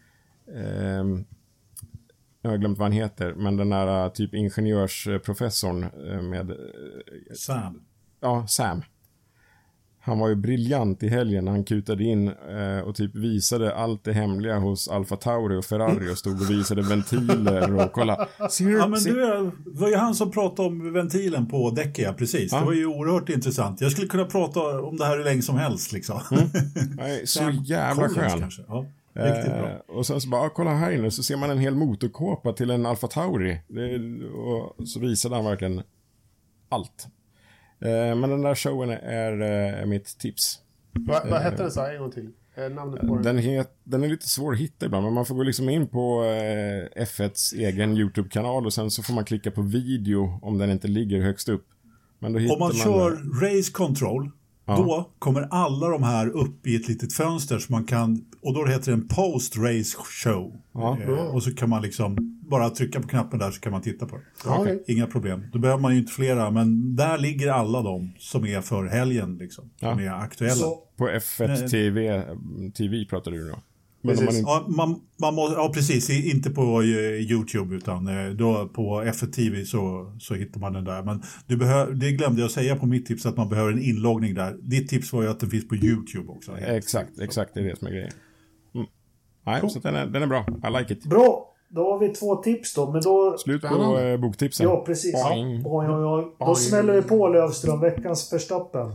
jag har glömt vad han heter, men den här typ ingenjörsprofessorn med Sam. Ja, Sam. Han var ju briljant i helgen när han kutade in och typ visade allt det hemliga hos Alfa Tauri och Ferrari och stod och visade ventiler och kolla. Ja, men det var ju han som pratade om ventilen på däcket, precis. Ja. Det var ju oerhört intressant. Jag skulle kunna prata om det här hur länge som helst liksom. Nej, så jävla skön. Ja, riktigt bra. Och sen så bara, kolla här inne så ser man en hel motorkåpa till en Alfa Tauri. Och så visade han verkligen allt. Men den där showen är mitt tips. Vad heter den så en gång till? Namnet på den? Den är lite svår att hitta ibland, men man får gå liksom in på F1s egen YouTube-kanal och sen så får man klicka på video om den inte ligger högst upp. Men då hittar om man kör Race Control, då kommer alla de här upp i ett litet fönster som man kan, och då heter det en post-race show. Och så kan man liksom bara trycka på knappen där så kan man titta på det. Okay. Inga problem. Då behöver man ju inte flera, men där ligger alla de som är för helgen liksom, som är aktuella. Så, på F1 TV pratar du då? Men man måste, precis, inte på YouTube utan då på F1 TV så hittar man den där. Men det glömde jag säga på mitt tips att man behöver en inloggning där. Ditt tips var ju att den finns på YouTube också. Exakt, det är det som är grejen. Nej, så den är bra. I like it. Bra, då har vi 2 tips då. Men då... Slut på boktipsen. Ja, precis. Då smäller vi på Lövström, veckans Verstappen.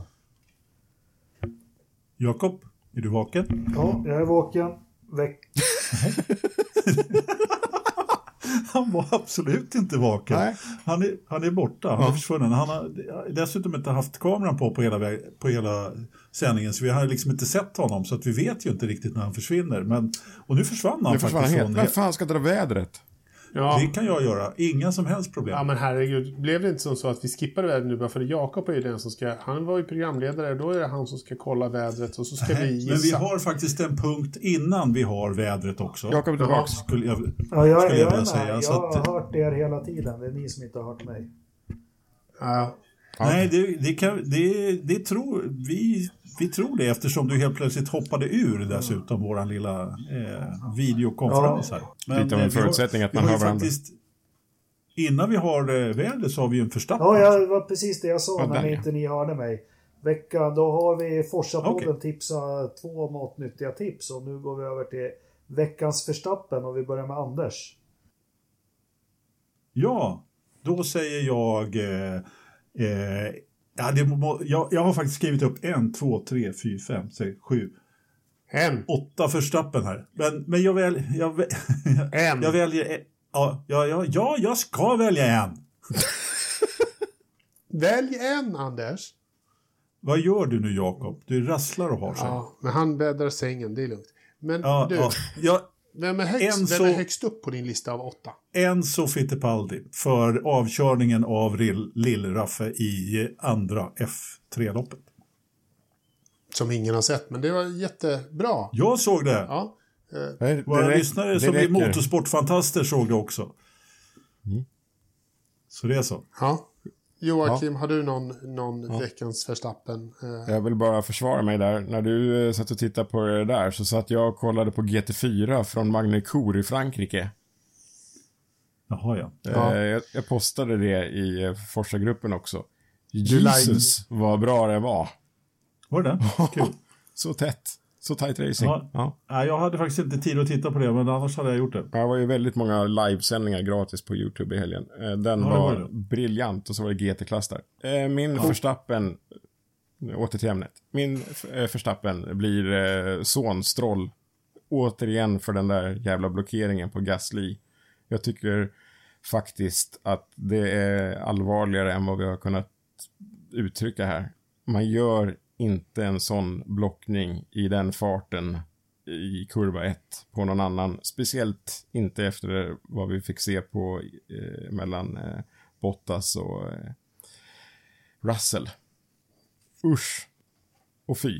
Jakob, är du vaken? Ja, jag är vaken. Han var absolut inte vaken. Nej. Han är borta. Han är försvunnen. Han har dessutom inte haft kameran på hela sändningen, så vi har liksom inte sett honom, så att vi vet ju inte riktigt när han försvinner. Och nu försvann han faktiskt. Vem fan ska dra vädret? Ja. Det kan jag göra. Inga som helst problem. Ja, men herregud. Blev det inte så att vi skippade vädret nu bara för Jakob är ju den som ska... Han var ju programledare. Då är det han som ska kolla vädret och så ska vi gissa. Men vi har faktiskt en punkt innan vi har vädret också. Jakob är tillbaka. Jag har hört er hela tiden. Det är ni som inte har hört mig. Ja. Nej, det tror vi tror det eftersom du helt plötsligt hoppade ur dessutom våran lilla videokonferens här. Men lite av en förutsättning att man hör varandra. Faktiskt, innan vi har väder så har vi ju en Verstappen. Ja, det var precis det jag sa när inte ni hörde mig. Veckan, då har vi Forsa-podden tipsa 2 matnyttiga tips och nu går vi över till veckans Verstappen och vi börjar med Anders. Ja, då säger jag jag har faktiskt skrivit upp 1, 2, 3, 4, 5, 6, 7 8 Verstappen här. Men jag väljer jag ska välja en. Välj en, Anders. Vad gör du nu, Jakob? Du rasslar och har sig. Ja, men han bäddar sängen, det är lugnt. Men vem är högst upp på din lista av 8? Enzo Fittipaldi för avkörningen av Lill-Raffe i andra F3-loppet. Som ingen har sett, men det var jättebra. Jag såg det. Ja. Våra lyssnare som är motorsportfantaster såg det också. Så det är så. Ja. Joakim, har du någon veckans Verstappen? Jag vill bara försvara mig där. När du satt och tittade på det där så satt jag och kollade på GT4 från Magny-Cours i Frankrike. Jaha, ja. Jag postade det i Forsa-gruppen också. Jesus, vad bra det var. Var det? Kul. Så tätt. Så tight racing. Ja. Jag hade faktiskt inte tid att titta på det, men annars hade jag gjort det. Det var ju väldigt många livesändningar gratis på YouTube i helgen. Den var briljant och så var det GT-klass där. Min Verstappen, åter till ämnet. Min Verstappen blir son Stroll. Återigen för den där jävla blockeringen på Gasly. Jag tycker faktiskt att det är allvarligare än vad vi har kunnat uttrycka här. Man gör inte en sån blockning i den farten i kurva 1 på någon annan. Speciellt inte efter vad vi fick se på mellan Bottas och Russell. Usch. Och fy.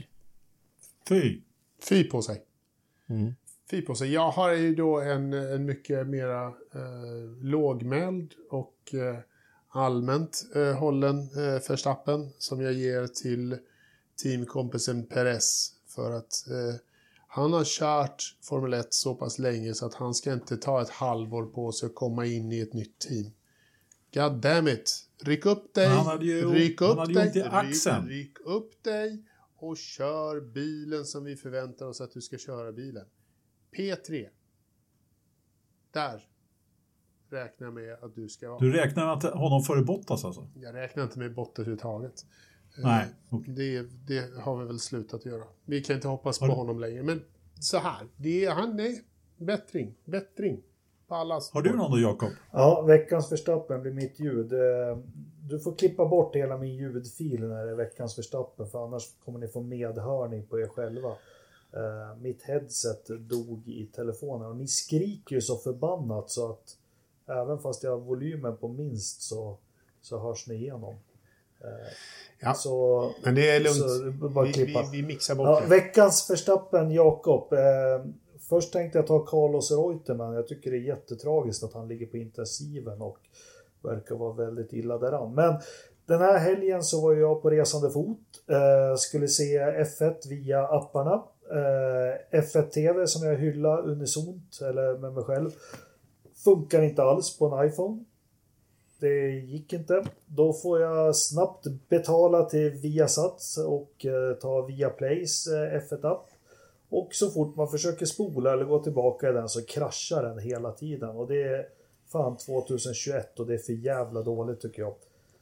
Fy på sig. Fy på sig. Jag har ju då en mycket mera lågmäld och allmänt hållen Verstappen som jag ger till teamkompisen Perez för att han har kört Formel 1 så pass länge så att han ska inte ta ett halvår på sig att komma in i ett nytt team. God damn it. Ryck upp dig. Ryck upp dig och kör bilen som vi förväntar oss att du ska köra bilen. P3. Där räknar jag med att du ska vara. Du räknar med honom före Bottas alltså? Jag räknar inte med Bottas överhuvudtaget. Nej. Det har vi väl slutat göra. Vi kan inte hoppas på honom längre. Men så här. Han är bättring. På alla har du någon då, Jakob? Ja, veckans Verstappen blir mitt ljud. Du får klippa bort hela min ljudfil när det är veckans Verstappen. För annars kommer ni få medhörning på er själva. Mitt headset dog i telefonen. Och ni skriker ju så förbannat så att även fast jag har volymen på minst så hörs ni igenom. Ja, så, men det är lugnt. Vi mixar bort det. Veckans Verstappen, Jakob. Först tänkte jag ta Carlos Reutemann. Jag tycker det är jättetragiskt att han ligger på intensiven och verkar vara väldigt illa däran. Men den här helgen så var jag på resande fot. Skulle se F1 via apparna. F1 TV som jag hyllar unisont eller med mig själv. Funkar inte alls på en iPhone. Det gick inte. Då får jag snabbt betala till Viasat och ta Viaplays F1-app. Och så fort man försöker spola eller gå tillbaka i den så kraschar den hela tiden. Och det är fan 2021 och det är för jävla dåligt tycker jag.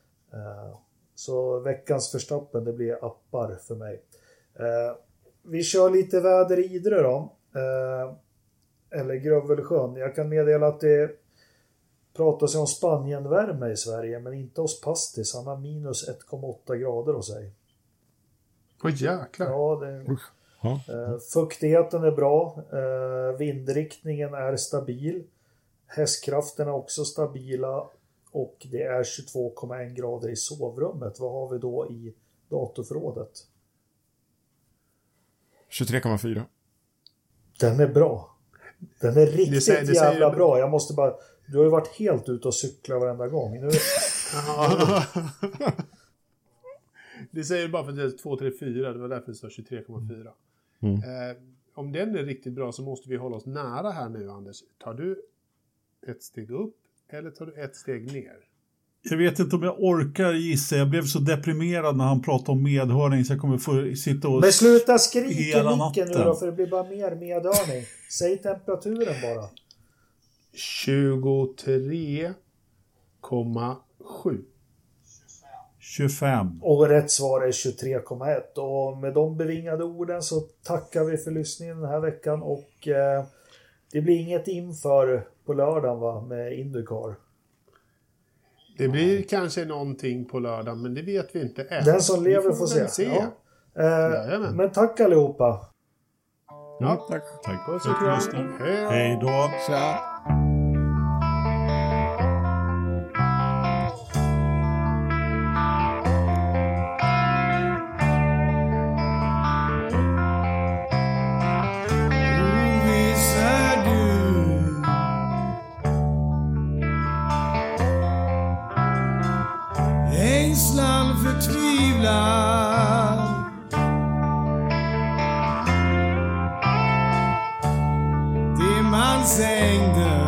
Så veckans Verstappen, det blir appar för mig. Vi kör lite väder i Idre då. Eller Grövelsjön. Jag kan meddela att det pratas om Spanienvärme i Sverige, men inte hos Pastis. Han har minus 1,8 grader hos sig. Åh jäklar. Ja, fuktigheten är bra. Vindriktningen är stabil. Hästkraften är också stabila. Och det är 22,1 grader i sovrummet. Vad har vi då i datorförrådet? 23,4. Den är bra. Den är riktigt jävla bra. Jag måste bara... Du har ju varit helt ute och cykla varenda gång. Nu... Det säger bara för att det är 2, 3, 4. Det var därför det sa 23,4. Om den är riktigt bra så måste vi hålla oss nära här nu, Anders. Tar du ett steg upp eller tar du ett steg ner? Jag vet inte om jag orkar gissa. Jag blev så deprimerad när han pratade om medhörning så jag kommer få sitta och... Men sluta skrika i micken nu då, för det blir bara mer medhörning. Säg temperaturen bara. 23,7. 25. Och rätt svar är 23,1. Och med de bevingade orden så tackar vi för lyssningen den här veckan. Och det blir inget inför på lördagen, va, med IndyCar. Det blir kanske någonting på lördag, men det vet vi inte än. Den som lever får se. Ja. Men tack allihopa. Ja, Tack. Tack Puss för och att du kram. lyssnade. Hej då. Tja. Ängslan, förtvivlan, det man sängde